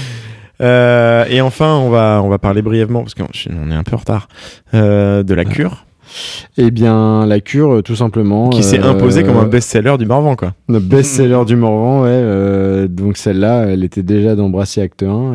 ça. Et enfin, on va parler brièvement, parce qu'on est un peu en retard, de la cure. Eh bien, la cure, tout simplement. Qui s'est imposée comme un best-seller du Morvan, quoi. Notre best-seller du Morvan, ouais. Donc celle-là, elle était déjà dans Brassy Acte 1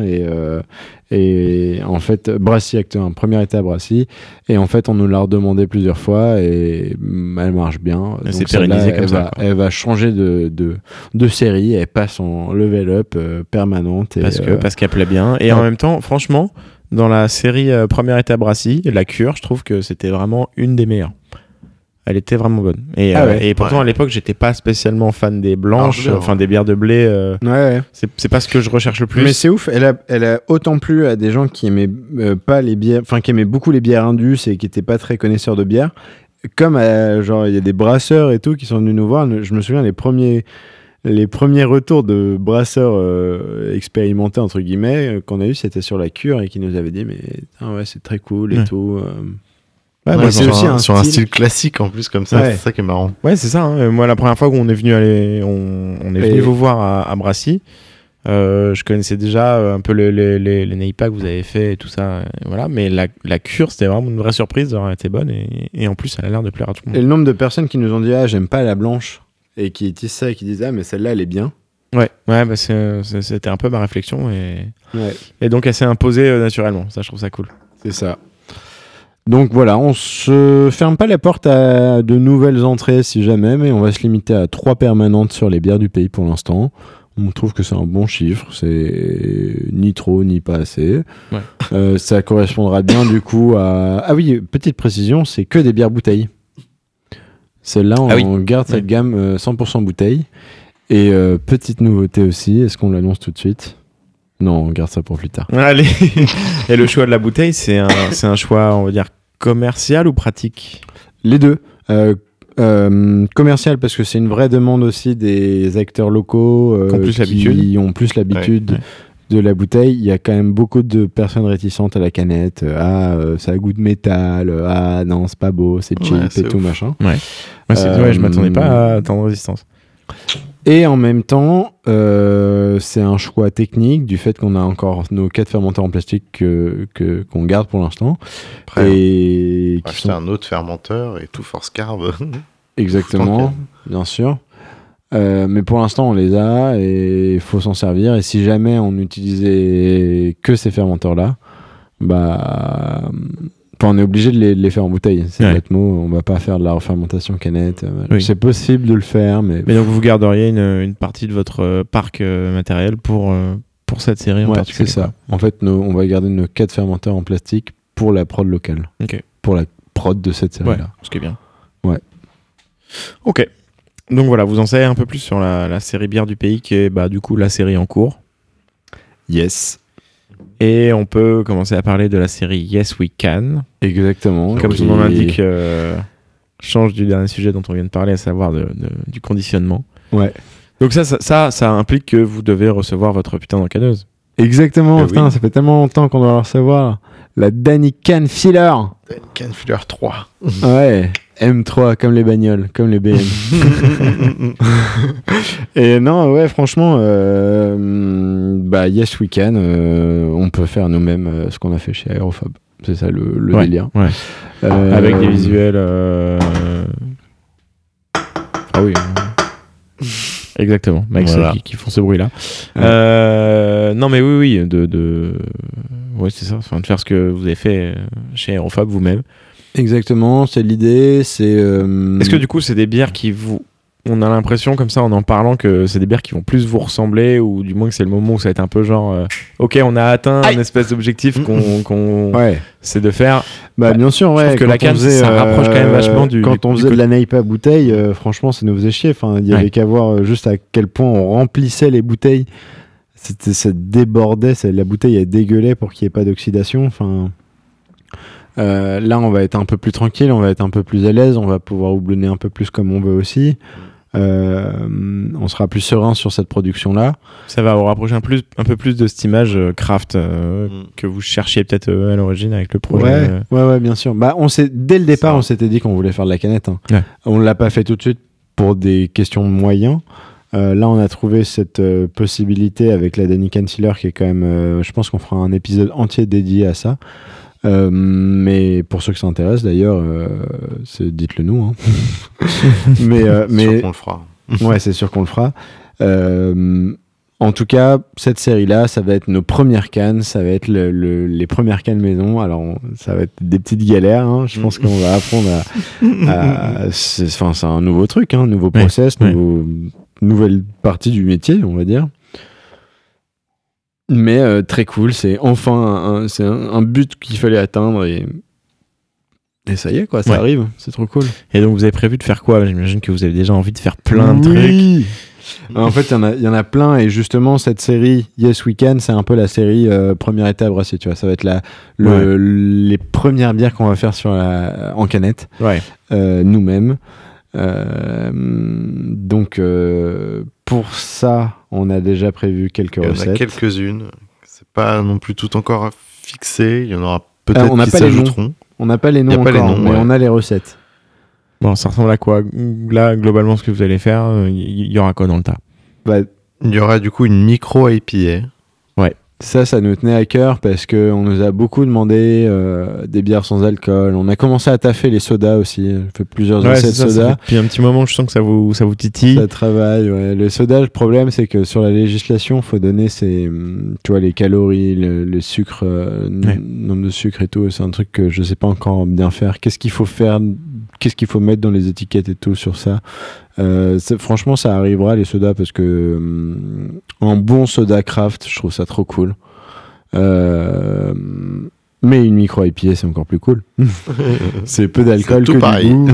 et en fait, Brassy Acte 1, première étape Brassy. Et en fait, on nous l'a redemandé plusieurs fois et elle marche bien. Elle Donc s'est pérennisée comme ça, quoi. Elle va changer de série. Elle passe en level up permanente. Parce qu'elle plaît bien. Et en même temps, franchement, dans la série première étape Brassy, la cure, je trouve que c'était vraiment une des meilleures. Elle était vraiment bonne. Et pourtant, à l'époque, j'étais pas spécialement fan des blanches, des bières de blé. Ouais. C'est pas ce que je recherche le plus. Mais c'est ouf, elle a autant plu à des gens qui aimaient pas les bières, enfin qui aimaient beaucoup les bières indus et qui étaient pas très connaisseurs de bière, comme genre il y a des brasseurs et tout qui sont venus nous voir. Je me souviens les premiers retours de brasseurs expérimentés entre guillemets qu'on a eu, c'était sur la cure et qui nous avaient dit mais ouais c'est très cool et tout. Ouais, moi, c'est aussi sur un style classique en plus comme ça, Ouais. c'est ça qui est marrant. Ouais, c'est ça. Hein. Moi, la première fois qu'on est venu venu vous voir à Brassy, je connaissais déjà un peu les NEIPA que vous avez fait et tout ça. Voilà. Mais la cure, c'était vraiment une vraie surprise d'avoir été bonne. Et en plus, elle a l'air de plaire à tout le monde. Et le nombre de personnes qui nous ont dit ah j'aime pas la blanche et qui disent ça et qui disent ah mais celle-là elle est bien. Ouais, bah c'était un peu ma réflexion. Ouais. Et donc, elle s'est imposée naturellement. Ça, je trouve ça cool. C'est ça. Donc voilà, on se ferme pas la porte à de nouvelles entrées si jamais, mais on va se limiter à 3 permanentes sur les bières du pays pour l'instant. On trouve que c'est un bon chiffre, c'est ni trop ni pas assez. Ouais. Ça correspondra bien du coup à... Ah oui, petite précision, c'est que des bières bouteilles. Celle-là, on garde cette gamme 100% bouteille. Et petite nouveauté aussi, est-ce qu'on l'annonce tout de suite ? Non, on garde ça pour plus tard. Allez. Et le choix de la bouteille, c'est un choix, on va dire, commercial ou pratique ? Les deux. Commercial parce que c'est une vraie demande aussi des acteurs locaux qui ont plus l'habitude de la bouteille. Il y a quand même beaucoup de personnes réticentes à la canette. Ça a goût de métal. Non, c'est pas beau, c'est cheap et tout machin. Ouais. Je m'attendais pas à tant de résistance. Et en même temps, c'est un choix technique du fait qu'on a encore nos 4 fermenteurs en plastique qu'on garde pour l'instant. Après, et on va acheter un autre fermenteur et tout force carb. Exactement, bien sûr. Mais pour l'instant, on les a et il faut s'en servir. Et si jamais on n'utilisait que ces fermenteurs-là, on est obligé de les faire en bouteille. C'est bête mot, on va pas faire de la refermentation canette. Oui. C'est possible de le faire, mais donc vous garderiez une partie de votre parc matériel pour cette série en particulier. C'est ça. En fait, on va garder nos 4 fermenteurs en plastique pour la prod locale. Ok. Pour la prod de cette série-là. Ouais, ce qui est bien. Ouais. Ok. Donc voilà, vous en savez un peu plus sur la série bière du pays qui est du coup la série en cours. Yes. Et on peut commencer à parler de la série Yes We Can. Exactement. Comme son nom l'indique, change du dernier sujet dont on vient de parler, à savoir du conditionnement. Ouais. Donc ça implique que vous devez recevoir votre putain d'encaneuse. Exactement. Putain, ça fait tellement longtemps qu'on doit la recevoir. La Danican Filler. Canfiller 3. Ouais, M3 comme les bagnoles, comme les BM. Et non, ouais, franchement, yes we can. On peut faire nous-mêmes ce qu'on a fait chez Aérophobe. C'est ça le délire. Ouais. Avec des visuels. Ah oui. Exactement. Avec Voilà. ceux qui font ce bruit-là. Non, mais oui, ouais, c'est ça. Enfin, de faire ce que vous avez fait chez Aérophobe vous-même. Exactement, c'est l'idée. Est-ce que du coup, c'est des bières qui vous. On a l'impression, comme ça, en parlant, que c'est des bières qui vont plus vous ressembler, ou du moins que c'est le moment où ça va être un peu genre. Ok, on a atteint un espèce d'objectif qu'on. Ouais. C'est de faire. Bien sûr, ouais. Je trouve que la canne, ça rapproche quand même vachement du. Quand on faisait de la Naipa bouteille, franchement, ça nous faisait chier. Enfin, il y avait qu'à voir juste à quel point on remplissait les bouteilles. Ça débordait, la bouteille elle dégueulait pour qu'il n'y ait pas d'oxydation. Enfin, là, on va être un peu plus tranquille, on va être un peu plus à l'aise, on va pouvoir houblonner un peu plus comme on veut aussi. On sera plus serein sur cette production-là. Ça va vous rapprocher un peu plus de cette image craft que vous cherchiez peut-être à l'origine avec le projet. Ouais, bien sûr. Dès le départ, on s'était dit qu'on voulait faire de la canette. Hein. Ouais. On ne l'a pas fait tout de suite pour des questions de moyens. Là, on a trouvé cette possibilité avec la Danican Filler qui est quand même... je pense qu'on fera un épisode entier dédié à ça. Mais pour ceux que ça intéresse, d'ailleurs, dites-le nous. Hein. mais sûr qu'on le fera. Ouais, c'est sûr qu'on le fera. En tout cas, cette série-là, ça va être nos premières cannes, ça va être les premières cannes maison. Alors, ça va être des petites galères. Hein. Je pense qu'on va apprendre c'est un nouveau truc, un nouveau process, nouvelle partie du métier, on va dire. Mais très cool, c'est enfin un but qu'il fallait atteindre et ça y est quoi, ça arrive, c'est trop cool. Et donc vous avez prévu de faire quoi ? J'imagine que vous avez déjà envie de faire plein de trucs. En fait, il y en a plein et justement cette série Yes We Can, c'est un peu la série première étape brassée, tu vois, ça va être les premières bières qu'on va faire en canette, nous-mêmes. Donc pour ça, on a déjà prévu quelques recettes. Il y en a quelques-unes. C'est pas non plus tout encore fixé. Il y en aura peut-être on n'a qui pas les s'ajouteront. On n'a pas les noms encore, mais on a les recettes. Bon, ça ressemble à quoi ? Là, globalement, ce que vous allez faire, il y aura quoi dans le tas ? Il y aura du coup une micro IPA. Ça nous tenait à cœur parce qu'on nous a beaucoup demandé des bières sans alcool. On a commencé à taffer les sodas aussi. On fait plusieurs recettes de soda. Depuis un petit moment, je sens que ça vous titille. Ça travaille, ouais. Le soda, le problème, c'est que sur la législation, il faut donner les calories, le sucre, nombre de sucre et tout. C'est un truc que je ne sais pas encore bien faire. Qu'est-ce qu'il faut faire ? Qu'est-ce qu'il faut mettre dans les étiquettes et tout sur ça ? Franchement, ça arrivera les sodas parce que un bon soda craft, je trouve ça trop cool. Mais une micro IPA, c'est encore plus cool. C'est peu d'alcool que pareil. du goût.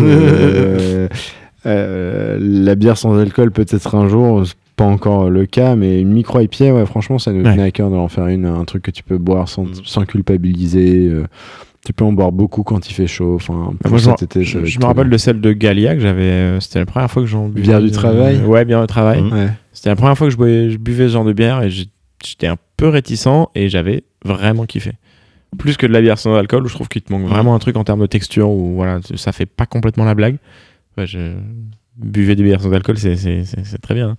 La bière sans alcool, peut-être un jour, c'est pas encore le cas, mais une micro IPA, franchement, ça nous tenait à cœur d'en faire un truc que tu peux boire sans culpabiliser. Tu peux en boire beaucoup quand il fait chaud. Enfin, moi, je me rappelle de celle de Gallia que j'avais. C'était la première fois que j'en buvais. Bière du travail. Ouais, bière du travail. Ouais. C'était la première fois que je buvais ce genre de bière et j'étais un peu réticent et j'avais vraiment kiffé. Plus que de la bière sans alcool où je trouve qu'il te manque vraiment un truc en termes de texture où voilà, ça fait pas complètement la blague. Ouais, buvais des bières sans alcool, c'est très bien. Hein.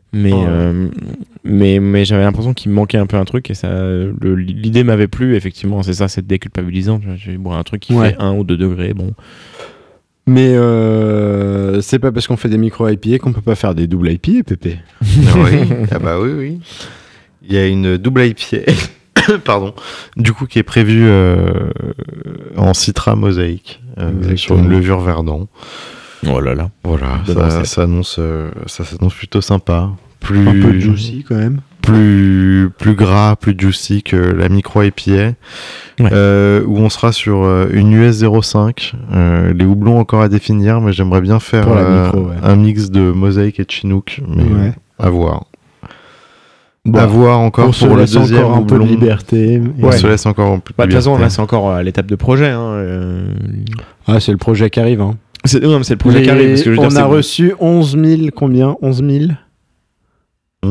Mais j'avais l'impression qu'il me manquait un peu un truc et l'idée m'avait plu, effectivement, c'est ça, c'est déculpabilisant. Je vais boire un truc qui fait 1 ou 2 degrés, bon. Mais c'est pas parce qu'on fait des micro IPA qu'on peut pas faire des double IPA, Pépé. Oui. Il y a une double IPA, pardon, du coup qui est prévue en Citra mosaïque sur une levure verdant. Oh là là. Voilà, ça s'annonce plutôt sympa. Un peu juicy quand même. Plus gras, plus juicy que la micro IPA. Où on sera sur une US 05. Les houblons encore à définir, mais j'aimerais bien faire un mix de mosaïque et de chinook. Mais à voir. À voir encore pour le deuxième encore un peu de houblon. liberté. On se laisse encore un peu de De toute liberté. façon, là, c'est encore à l'étape de projet. Hein. C'est le projet qui arrive. Hein. C'est le projet qui arrive. Parce que on a reçu 11 000, combien ? 11 000 11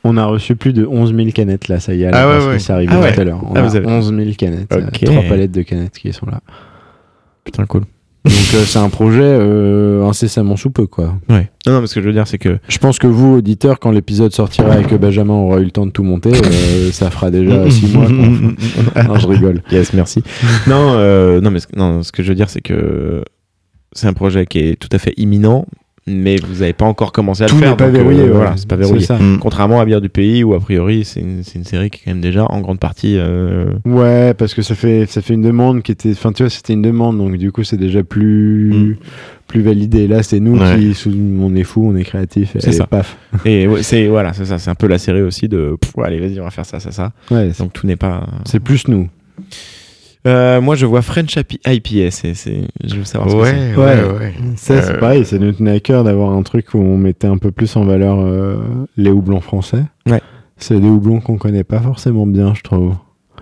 On a reçu plus de 11 000 canettes là, ça y est, Ah ouais, parce que ouais. c'est arrivé Ah ouais. tout à l'heure. On Ah, a vous avez- 11 000 canettes, Ok. 3 palettes de canettes qui sont là. Putain, cool. Donc c'est un projet incessamment sous peu, quoi. Ouais. Non, mais ce que je veux dire, c'est que. Je pense que vous, auditeurs, quand l'épisode sortira et que Benjamin aura eu le temps de tout monter, ça fera déjà 6 mois. Quoi. Non, je rigole. Yes, merci. Non, mais ce que je veux dire, c'est que c'est un projet qui est tout à fait imminent, mais vous n'avez pas encore commencé à Tout le faire. n'est pas donc, verrouillé. Voilà, c'est pas verrouillé. ça. Contrairement à Bière du Pays, où a priori, c'est une série qui est quand même déjà en grande partie. Ouais, parce que ça fait une demande qui était. Enfin, tu vois, c'était une demande, donc du coup, c'est déjà plus validé. Là, c'est nous Ouais. on est fous, on est créatifs, C'est et ça. paf. Et ouais, c'est ça. C'est un peu la série aussi de. Allez, vas-y, on va faire ça. Ouais, Donc tout n'est pas. c'est plus nous. Moi, je vois French IPA. Je veux savoir ce que c'est. Ouais. Ça, c'est pareil, ça nous tenait à cœur d'avoir un truc où on mettait un peu plus en valeur les houblons français. Ouais. C'est des houblons qu'on connaît pas forcément bien, je trouve.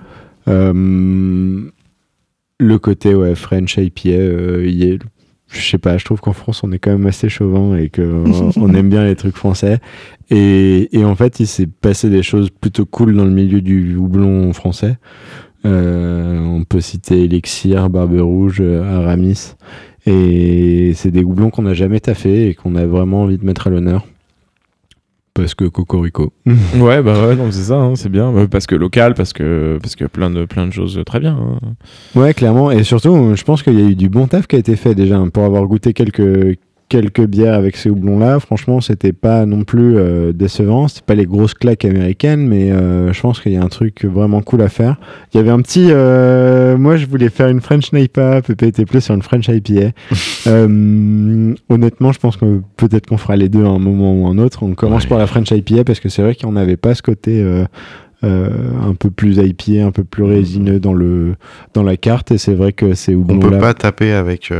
Le côté French IPA, je sais pas, je trouve qu'en France on est quand même assez chauvin et qu'on aime bien les trucs français. Et en fait, il s'est passé des choses plutôt cool dans le milieu du houblon français. On peut citer Elixir, Barbe Rouge, Aramis. Et c'est des houblons qu'on n'a jamais taffé et qu'on a vraiment envie de mettre à l'honneur. Parce que Cocorico. Ouais, bah ouais, non, c'est ça, hein, c'est bien. Parce que local, parce que plein de choses très bien. Hein. Ouais, clairement. Et surtout, je pense qu'il y a eu du bon taf qui a été fait déjà. Hein, pour avoir goûté quelques bières avec ces houblons-là, franchement, c'était pas non plus décevant. C'était pas les grosses claques américaines, mais je pense qu'il y a un truc vraiment cool à faire. Il y avait un petit... moi, je voulais faire une French Naipa. Pépé était plus sur une French IPA. Honnêtement, je pense que peut-être qu'on fera les deux à un moment ou un autre. On commence par la French IPA parce que c'est vrai qu'on n'avait pas ce côté... un peu plus IPA, un peu plus résineux dans la carte, et c'est vrai que c'est On houblons-là... peut pas taper avec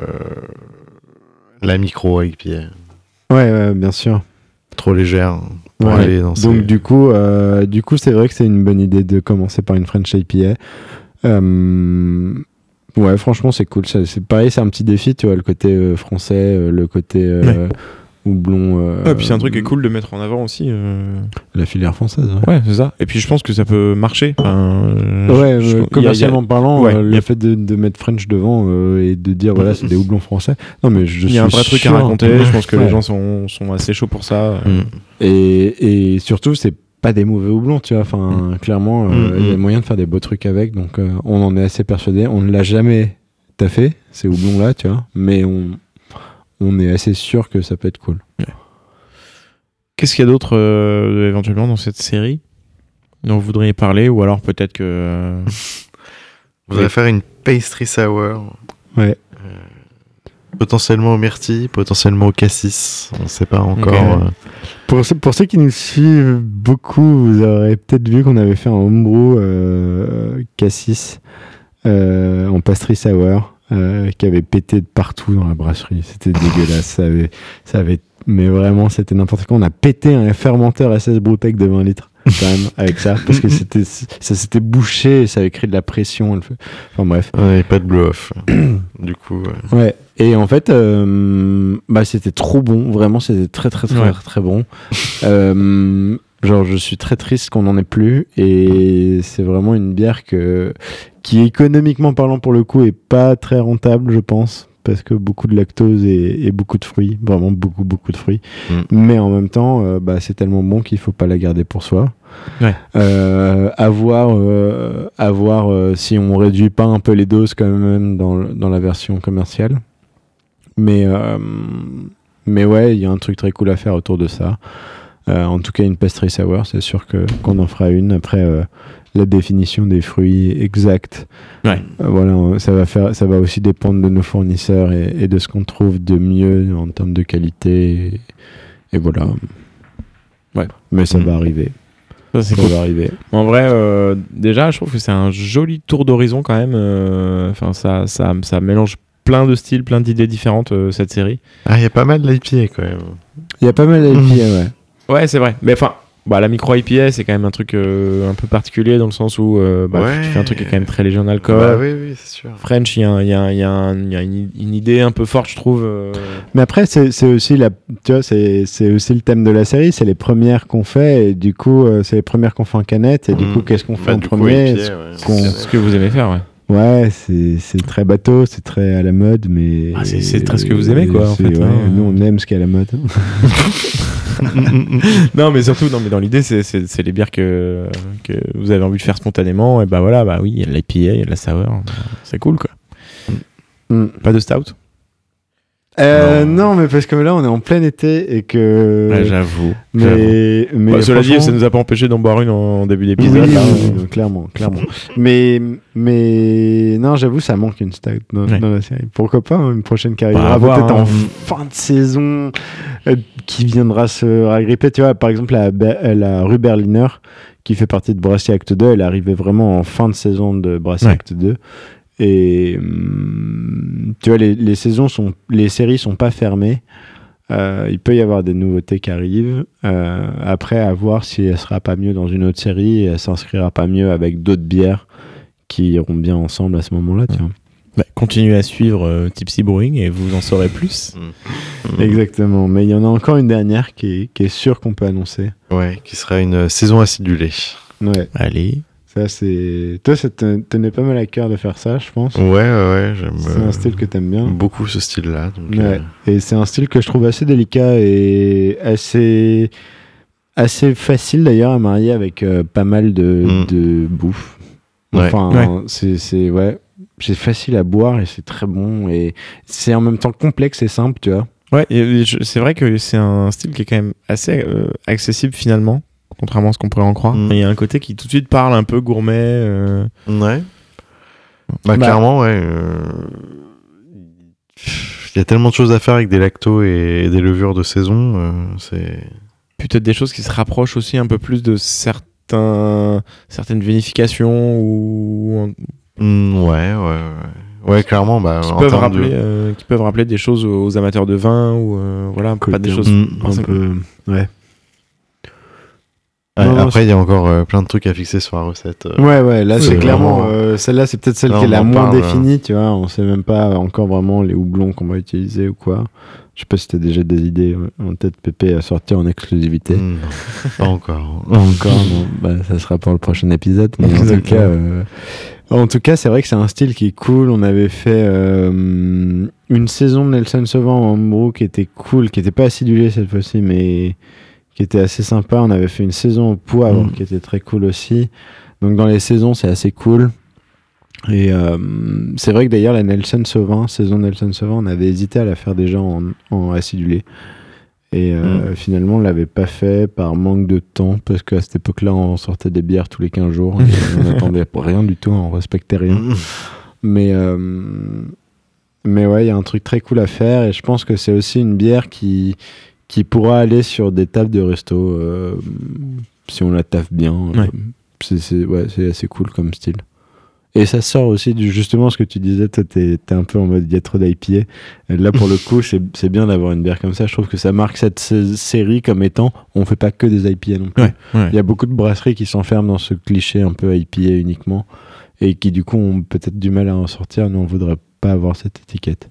la micro IPA. Ouais, bien sûr. Trop légère. Pour Ouais. aller dans Donc du coup, c'est vrai que c'est une bonne idée de commencer par une French IPA. Ouais, franchement, c'est cool. C'est pareil, c'est un petit défi, tu vois, le côté français, le côté houblon. Et puis c'est un truc qui est cool de mettre en avant aussi. La filière française. Ouais, Ouais, c'est ça. Et puis je pense que ça peut marcher. Commercialement parlant, ouais, le fait de mettre French devant et de dire voilà, c'est des houblons français. Non, mais je Il y a un suis vrai truc à sûr. raconter. Je pense que Ouais. les gens sont assez chauds pour ça. Et surtout, c'est pas des mauvais houblons, tu vois. Enfin, clairement, il y a moyen de faire des beaux trucs avec. Donc, on en est assez persuadé. On ne l'a jamais taffé, ces houblons-là, tu vois. Mais on est assez sûr que ça peut être cool. Qu'est-ce qu'il y a d'autre éventuellement dans cette série dont vous voudriez parler, ou alors peut-être que Vous allez faire une pastry sour. Ouais. Potentiellement au myrtille, potentiellement au cassis. On ne sait pas encore. Ok. Pour ceux qui nous suivent beaucoup, vous aurez peut-être vu qu'on avait fait un homebrew cassis en pastry sour qui avait pété de partout dans la brasserie. C'était dégueulasse. Ça avait, mais vraiment, c'était n'importe quoi. On a pété un fermenteur SS Brewtech de 20 litres quand même avec ça parce que ça s'était bouché et ça avait créé de la pression. Enfin bref. Ouais, pas de blow-off. Du coup. Ouais. Et en fait, c'était trop bon. Vraiment, c'était très très bon. Genre, je suis très triste qu'on n'en ait plus. Et c'est vraiment une bière qui, économiquement parlant, pour le coup, est pas très rentable, je pense. Parce que beaucoup de lactose et beaucoup de fruits. Vraiment beaucoup de fruits. Mais en même temps, c'est tellement bon qu'il faut pas la garder pour soi. Ouais. À voir si on réduit pas un peu les doses quand même dans la version commerciale. Mais ouais, il y a un truc très cool à faire autour de ça. En tout cas, une pastry sour, c'est sûr qu'on en fera une. Après, la définition des fruits exacte, voilà, ça va aussi dépendre de nos fournisseurs et de ce qu'on trouve de mieux en termes de qualité. Et voilà. Ouais. Mais ça va arriver. Ça va arriver. En vrai, déjà, je trouve que c'est un joli tour d'horizon quand même. Enfin, ça mélange plein de styles, plein d'idées différentes, cette série. Ah, il y a pas mal d'IPA quand même. Il y a pas mal d'IPA, ouais. Ouais, c'est vrai. Mais enfin, Bah, la micro IPA, c'est quand même un truc un peu particulier dans le sens où tu fais un truc qui est quand même très léger en alcool. Bah oui, c'est sûr. French, il y a une idée un peu forte, je trouve. Mais après, c'est aussi tu vois, c'est aussi le thème de la série. C'est les premières qu'on fait, et du coup, c'est les premières qu'on fait en canette. Et du coup, qu'est-ce qu'on fait en premier? Ce que vous aimez faire, ouais. Ouais, c'est très bateau, c'est très à la mode, mais c'est très ce que vous aimez, quoi. En fait, nous, on aime ce qui est à la mode. Non, mais surtout, dans l'idée, c'est les bières que vous avez envie de faire spontanément. Et bah voilà, bah oui, il y a de l'IPA, il y a de la sour. C'est cool, quoi. Pas de stout? Non, mais parce que là, on est en plein été et que. Ouais, j'avoue. Mais cela dit, ça nous a pas empêché d'en boire une en début d'épisode. Oui, clairement. mais non, j'avoue, ça manque une stout dans la série. Pourquoi pas une prochaine qui arrivera peut-être en fin de saison, qui viendra se ragripper. Tu vois, par exemple, la rue Berliner, qui fait partie de Brassier Acte 2, elle est arrivée vraiment en fin de saison de Brassier Acte 2. Et tu vois, les séries sont pas fermées. Il peut y avoir des nouveautés qui arrivent. Après, à voir si elle sera pas mieux dans une autre série et elle s'inscrira pas mieux avec d'autres bières qui iront bien ensemble à ce moment-là. Tu vois. Bah, continuez à suivre Tipsy Brewing et vous en saurez plus. Exactement. Mais il y en a encore une dernière qui est sûre qu'on peut annoncer. Ouais, qui sera une saison acidulée. Ouais. Allez. Ça, toi, ça tenait pas mal à cœur de faire ça, je pense. Ouais, j'aime. C'est un style que t'aimes bien. Beaucoup ce style-là. Donc, ouais. Et c'est un style que je trouve assez délicat et assez facile d'ailleurs à marier avec pas mal de bouffe. Enfin, c'est facile à boire et c'est très bon et c'est en même temps complexe et simple, tu vois. Ouais, et c'est vrai que c'est un style qui est quand même assez accessible finalement. Contrairement à ce qu'on pourrait en croire. Il y a un côté qui tout de suite parle un peu gourmet. Ouais. Clairement, ouais. Il y a tellement de choses à faire avec des lactos et des levures de saison. C'est peut-être des choses qui se rapprochent aussi un peu plus de certaines vinifications ou. Ouais, clairement. Qui peuvent rappeler des choses aux amateurs de vin ou voilà, pas des choses. Un peu. Ouais. Après, il y a encore plein de trucs à fixer sur la recette. Ouais, là, c'est clairement... celle-là, c'est peut-être celle qui est la moins définie, tu vois. On sait même pas encore vraiment les houblons qu'on va utiliser ou quoi. Je sais pas si t'as déjà des idées en tête, Pépé, à sortir en exclusivité. Non, pas encore. Non. Bah, ça sera pour le prochain épisode. Mais en tout cas, c'est vrai que c'est un style qui est cool. On avait fait une saison de Nelson Sauvant en homebrew qui était cool, qui était pas acidulée cette fois-ci, mais... qui était assez sympa. On avait fait une saison au poivre qui était très cool aussi. Donc dans les saisons, c'est assez cool. Et c'est vrai que d'ailleurs, la saison Nelson Sauvant, on avait hésité à la faire déjà en acidulé. Et finalement, on l'avait pas fait par manque de temps, parce qu'à cette époque-là, on sortait des bières tous les 15 jours. Et on n'attendait rien du tout, on respectait rien. Mais ouais, il y a un truc très cool à faire. Et je pense que c'est aussi une bière qui pourra aller sur des tables de resto si on la taffe bien. C'est assez cool comme style. Et ça sort aussi justement ce que tu disais, toi t'es un peu en mode il y a trop d'IPA. Là pour le coup c'est bien d'avoir une bière comme ça. Je trouve que ça marque cette série comme étant on fait pas que des IPA non plus. Il y a beaucoup de brasseries qui s'enferment dans ce cliché un peu IPA uniquement et qui du coup ont peut-être du mal à en sortir. Nous on voudrait pas avoir cette étiquette.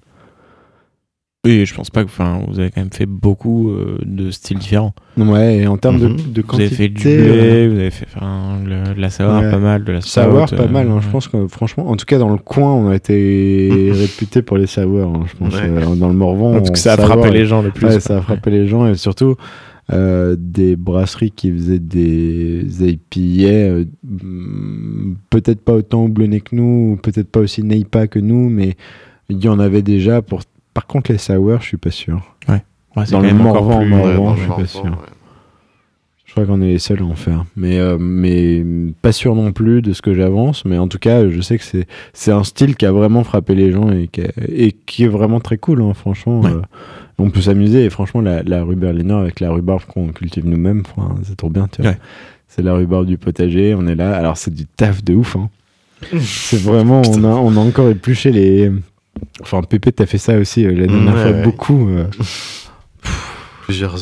Oui, je pense pas que. Enfin, vous avez quand même fait beaucoup de styles différents. Ouais, et en termes de quantité. Vous avez fait du blé, vous avez fait de la sour pas mal, de la sour pas mal. Je pense que franchement, en tout cas dans le coin, on a été réputé pour les sours. Je pense dans le Morvan. Parce que ça a frappé les gens le plus. Ouais, ça a frappé les gens et surtout des brasseries qui faisaient des IPA, peut-être pas autant houblonnés que nous, peut-être pas aussi NEIPA que nous, mais il y en avait déjà pour. Par contre, les sours, je suis pas sûr. Ouais, dans le Morvan, je suis pas sûr. Je crois qu'on est les seuls à en faire. Mais pas sûr non plus de ce que j'avance. Mais en tout cas, je sais que c'est un style qui a vraiment frappé les gens et qui est vraiment très cool, hein, franchement. Ouais. On peut s'amuser. Et franchement, la rue Berliner avec la rhubarbe qu'on cultive nous-mêmes, c'est trop bien. Tu vois. Ouais. C'est la rhubarbe du potager. On est là. Alors, c'est du taf de ouf. Hein. C'est vraiment... on a encore épluché les... Enfin, Pépé, t'as fait ça aussi la dernière fois, beaucoup. Plusieurs heures.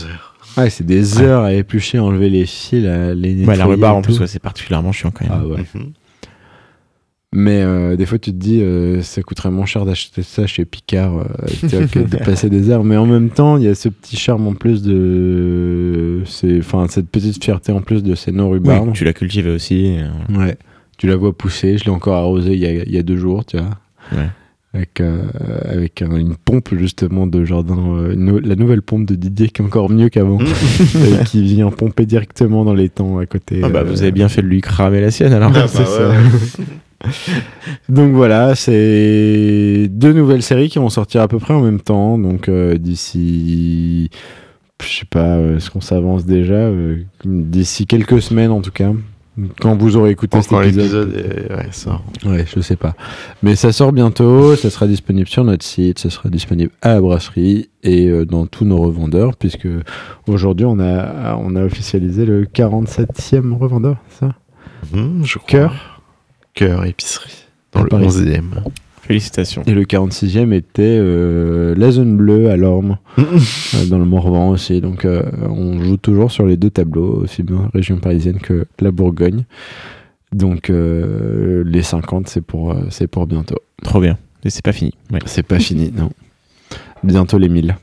Ouais, c'est des heures à éplucher, enlever les fils, les nettoyer. Ouais, la rhubarbe et en plus, tout. ouais, c'est particulièrement chiant quand même. Ah ouais. Mhm. Mais des fois, tu te dis, ça coûterait moins cher d'acheter ça chez Picard tu vois, que de passer des heures. Mais en même temps, il y a ce petit charme en plus cette petite fierté en plus de ces Oui, non-rhubarbes. tu l'as cultivé aussi. Ouais. Tu la vois pousser. Je l'ai encore arrosé il y a 2 jours, tu vois. Ouais. Avec une pompe justement de jardin, la nouvelle pompe de Didier qui est encore mieux qu'avant, et qui vient pomper directement dans les temps à côté. Ah bah, vous avez bien fait de lui cramer la sienne alors. C'est ça. Donc voilà, c'est 2 nouvelles séries qui vont sortir à peu près en même temps. Donc d'ici, je sais pas, est-ce qu'on s'avance déjà d'ici quelques semaines en tout cas. Quand vous aurez écouté Encore cet épisode. l'épisode, ouais, ça. Ouais, je sais pas. Mais ça sort bientôt, ça sera disponible sur notre site, ça sera disponible à la brasserie et dans tous nos revendeurs, puisque aujourd'hui on a officialisé le 47e revendeur, c'est ça? Je crois. Cœur épicerie. Dans le Paris. 11e. Félicitations. Et le 46e était la zone bleue à Lorme, dans le Morvan aussi. Donc on joue toujours sur les 2 tableaux, aussi bien région parisienne que la Bourgogne. Donc les 50, c'est pour bientôt. Trop bien. Et c'est pas fini. Ouais. C'est pas fini, non. Bientôt les 1000.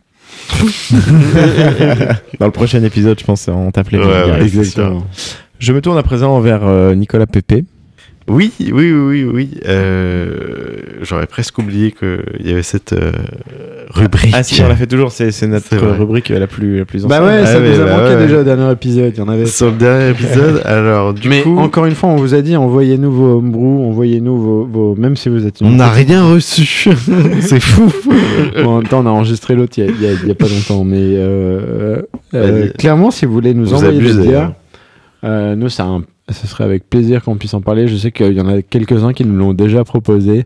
Dans le prochain épisode, je pense, on tape les Ouais, billes. ouais. Exactement. Je me tourne à présent vers Nicolas Pépé. Oui. J'aurais presque oublié qu'il y avait cette rubrique. Ah si, on l'a fait toujours, c'est notre C'est vrai. rubrique la plus ancienne. Bah ouais, ça Ah ouais, nous a bah manqué ouais. déjà au dernier épisode. Il y en avait. Sur le dernier épisode, alors du Mais coup, encore une fois, on vous a dit, envoyez-nous vos homebrew, envoyez-nous vos. Même si vous êtes. on n'a rien reçu. C'est fou. Bon, en même temps, on a enregistré l'autre il y a pas longtemps. Mais clairement, si vous voulez nous Vous envoyer des abusez, bières, nous, ce serait avec plaisir qu'on puisse en parler. Je sais qu'il y en a quelques-uns qui nous l'ont déjà proposé.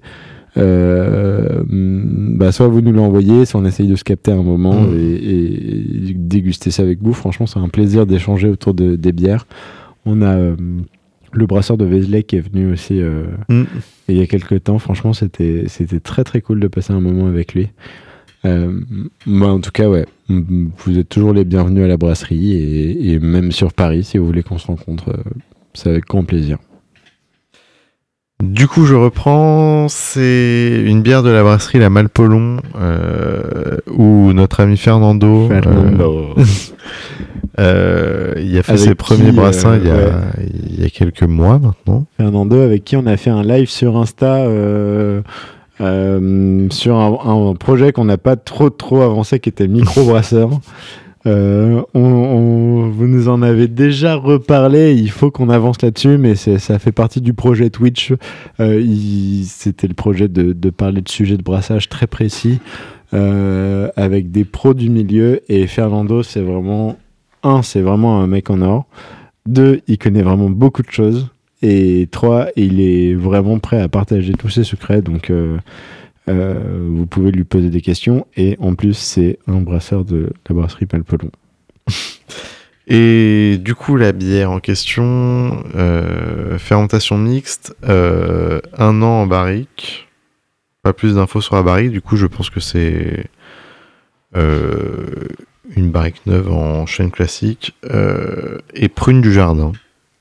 Soit vous nous l'envoyez, soit on essaye de se capter à un moment et déguster ça avec vous. Franchement, c'est un plaisir d'échanger autour des bières. On a le brasseur de Vézelay qui est venu aussi il y a quelques temps. Franchement, c'était très très cool de passer un moment avec lui. Moi, en tout cas, ouais, vous êtes toujours les bienvenus à la brasserie et même sur Paris si vous voulez qu'on se rencontre. C'est avec grand plaisir. Du coup, je reprends. C'est une bière de la brasserie La Malpolon, où notre ami Fernando, il a fait Avec ses premiers qui, brassins il y a quelques mois maintenant. Fernando, avec qui on a fait un live sur Insta sur un projet qu'on n'a pas trop avancé, qui était micro-brasseur. Vous nous en avez déjà reparlé, il faut qu'on avance là-dessus, mais ça fait partie du projet Twitch. C'était le projet de parler de sujets de brassage très précis avec des pros du milieu, et Fernando, c'est vraiment un mec en or. 2, il connaît vraiment beaucoup de choses, et 3, il est vraiment prêt à partager tous ses secrets, donc vous pouvez lui poser des questions, et en plus c'est un brasseur de la brasserie Malpolon. Et du coup, la bière en question, fermentation mixte, 1 an en barrique. Pas plus d'infos sur la barrique, du coup je pense que c'est une barrique neuve en chêne classique, et prune du jardin.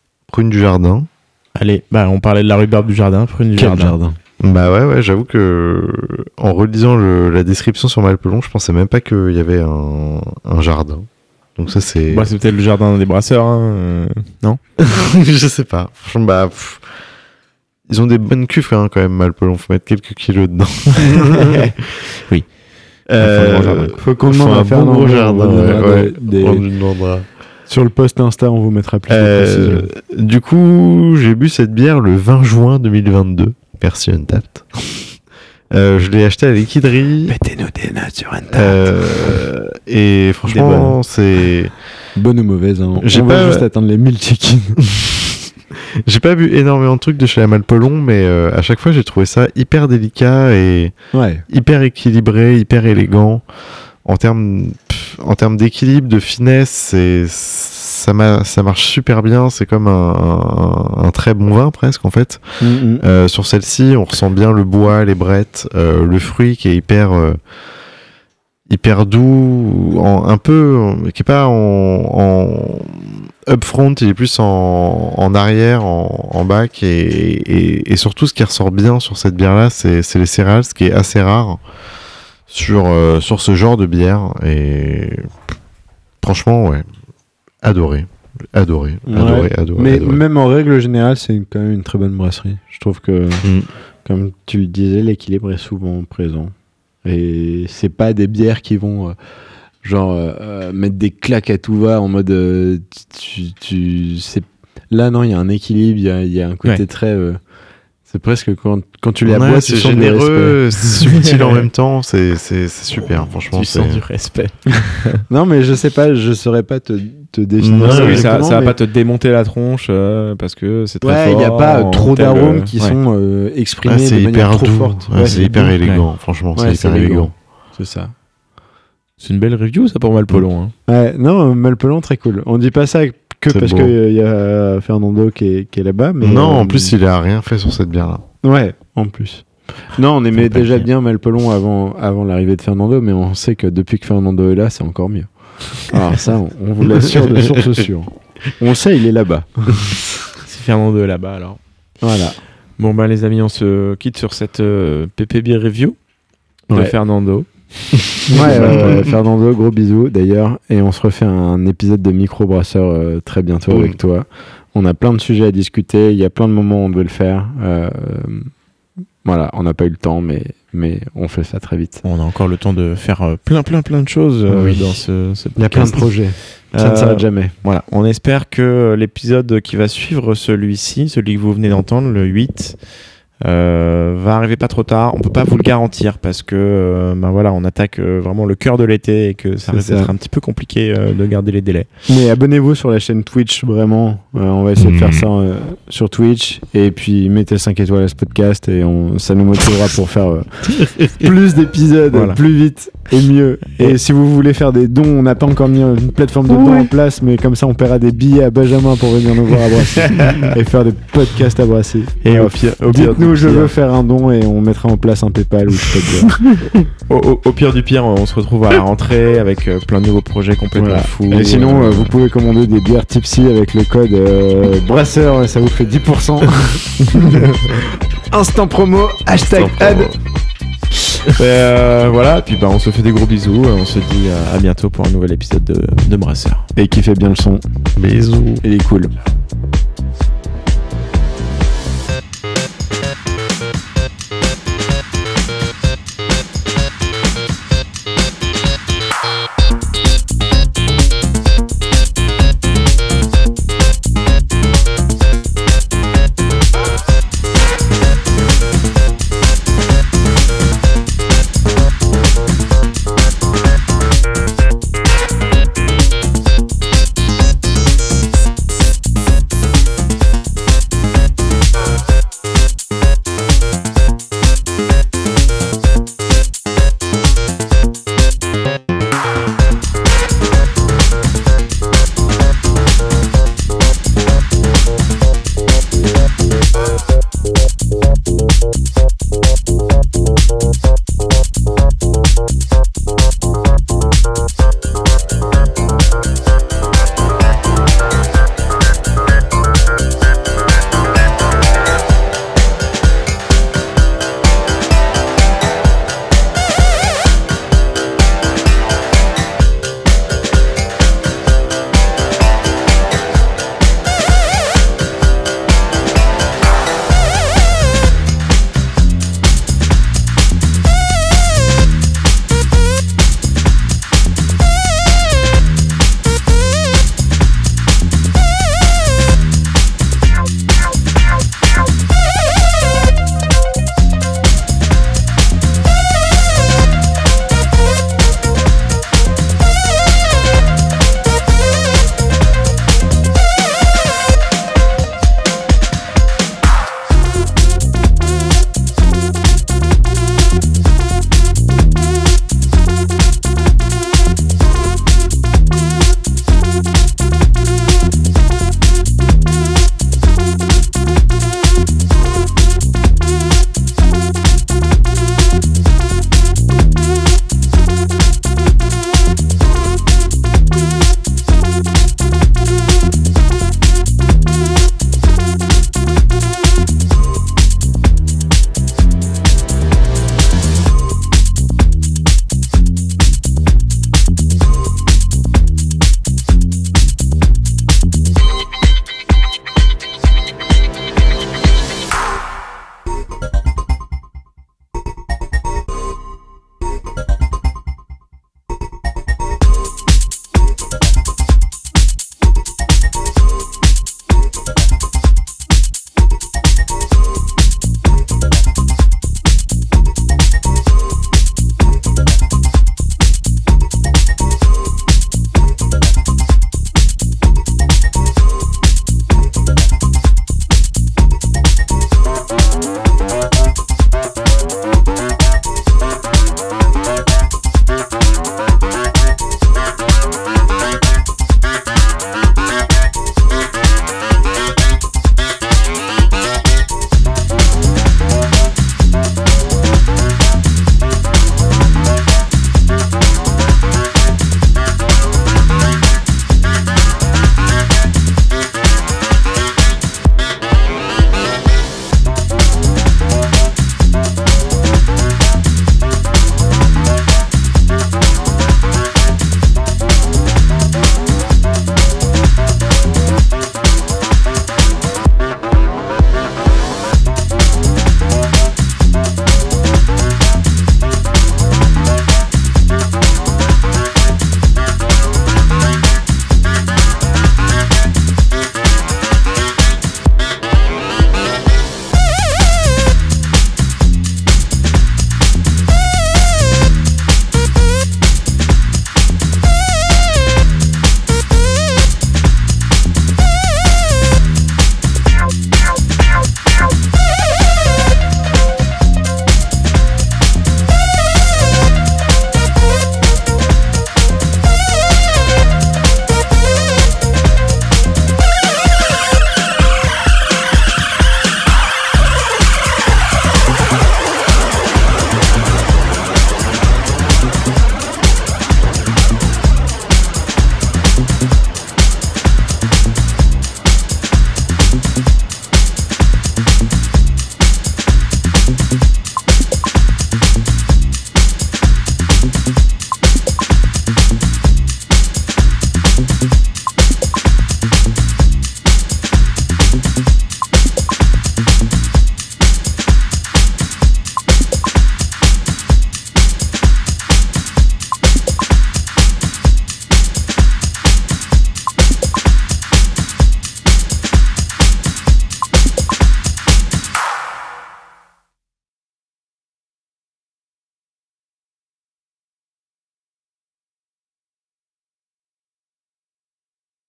Allez, on parlait de la rhubarbe du jardin, prune du jardin. Bah ouais, j'avoue que en relisant la description sur Malpolon, je pensais même pas qu'il y avait un jardin. Donc ça c'est... C'est peut-être le jardin des brasseurs, hein, non? Je sais pas. Franchement, ils ont des bonnes cuves quand même, Malpolon. Faut mettre quelques kilos dedans. Oui. Faut qu'on demande à un bon gros jardin. ouais. On lui demandera. Sur le post Insta, on vous mettra plus de précisions. Du coup, j'ai bu cette bière le 20 juin 2022. Merci Untapped. Je l'ai acheté à l'équiderie. Mettez-nous des notes sur Untapped. Et franchement, c'est... Bonne ou mauvaise, hein. J'ai On pas- va juste atteindre les 1000 check-in. J'ai pas bu énormément de trucs de chez la Malpolon, mais à chaque fois, j'ai trouvé ça hyper délicat et Ouais. hyper équilibré, hyper élégant. En termes d'équilibre, de finesse, ça marche super bien. C'est comme un très bon vin presque en fait. Sur celle-ci, on ressent bien le bois, les brettes, le fruit qui est hyper doux, un peu, qui est pas en upfront, il est plus en arrière, en back, et surtout ce qui ressort bien sur cette bière-là, c'est les céréales, ce qui est assez rare sur ce genre de bière, et franchement, ouais, adoré. Mais même en règle générale, c'est quand même une très bonne brasserie. Je trouve que, comme tu le disais, l'équilibre est souvent présent. Et c'est pas des bières qui vont mettre des claques à tout va en mode là non, il y a un équilibre, il y a un côté très c'est presque quand tu les aboies, c'est généreux, c'est subtil en même temps, c'est super, franchement. Tu sens du respect. Non, mais je sais pas, je saurais pas te définir. Non, ça va pas te démonter la tronche parce que c'est très fort. Il y a pas trop d'arômes qui sont exprimés de manière trop forte. C'est hyper élégant, franchement, c'est hyper élégant. C'est ça. C'est une belle review, ça, pour Malpelon. Ouais, non, Malpelon, très cool. On dit pas ça que c'est parce qu'il y a Fernando qui est là-bas. Mais non, en plus, il a rien fait sur cette bière-là. Ouais, en plus. Non, on aimait déjà bien Malpelon avant l'arrivée de Fernando, mais on sait que depuis que Fernando est là, c'est encore mieux. Alors ça, on vous l'assure de source sûre. On sait, il est là-bas. C'est Fernando est là-bas, alors. Voilà. Bon, les amis, on se quitte sur cette PP Beer Review de Fernando. Ouais, Fernando, gros bisous d'ailleurs, et on se refait un épisode de Microbrasseur très bientôt avec toi. On a plein de sujets à discuter, il y a plein de moments où on doit le faire. Voilà, on n'a pas eu le temps, mais on fait ça très vite. On a encore le temps de faire plein de choses dans ce podcast. Il y a plein de projets, ça ne s'arrête jamais. Voilà, on espère que l'épisode qui va suivre celui-ci, celui que vous venez d'entendre, le 8, va arriver pas trop tard. On peut pas vous le garantir parce que on attaque vraiment le cœur de l'été et que ça risque d'être un petit peu compliqué de garder les délais. Mais abonnez-vous sur la chaîne Twitch, vraiment. On va essayer de faire ça sur Twitch, et puis mettez 5 étoiles à ce podcast et ça nous motivera pour faire plus d'épisodes, plus vite et mieux. Et si vous voulez faire des dons, on n'a pas encore mis une plateforme de dons en place, mais comme ça on paiera des billets à Benjamin pour venir nous voir à Brassy et faire des podcasts à Brassy. Et au pire, dites-nous je veux faire un don et on mettra en place un PayPal ou je sais pas. Au pire du pire, on se retrouve à la rentrée avec plein de nouveaux projets complètement fous. Et sinon, vous pouvez commander des bières Tipsy avec le code brasseur et ça vous fait 10%. Instant promo, hashtag ad. Voilà, et puis on se fait des gros bisous. On se dit à bientôt pour un nouvel épisode de Brasseur. Et qui fait bien le son. Bisous. Il est cool.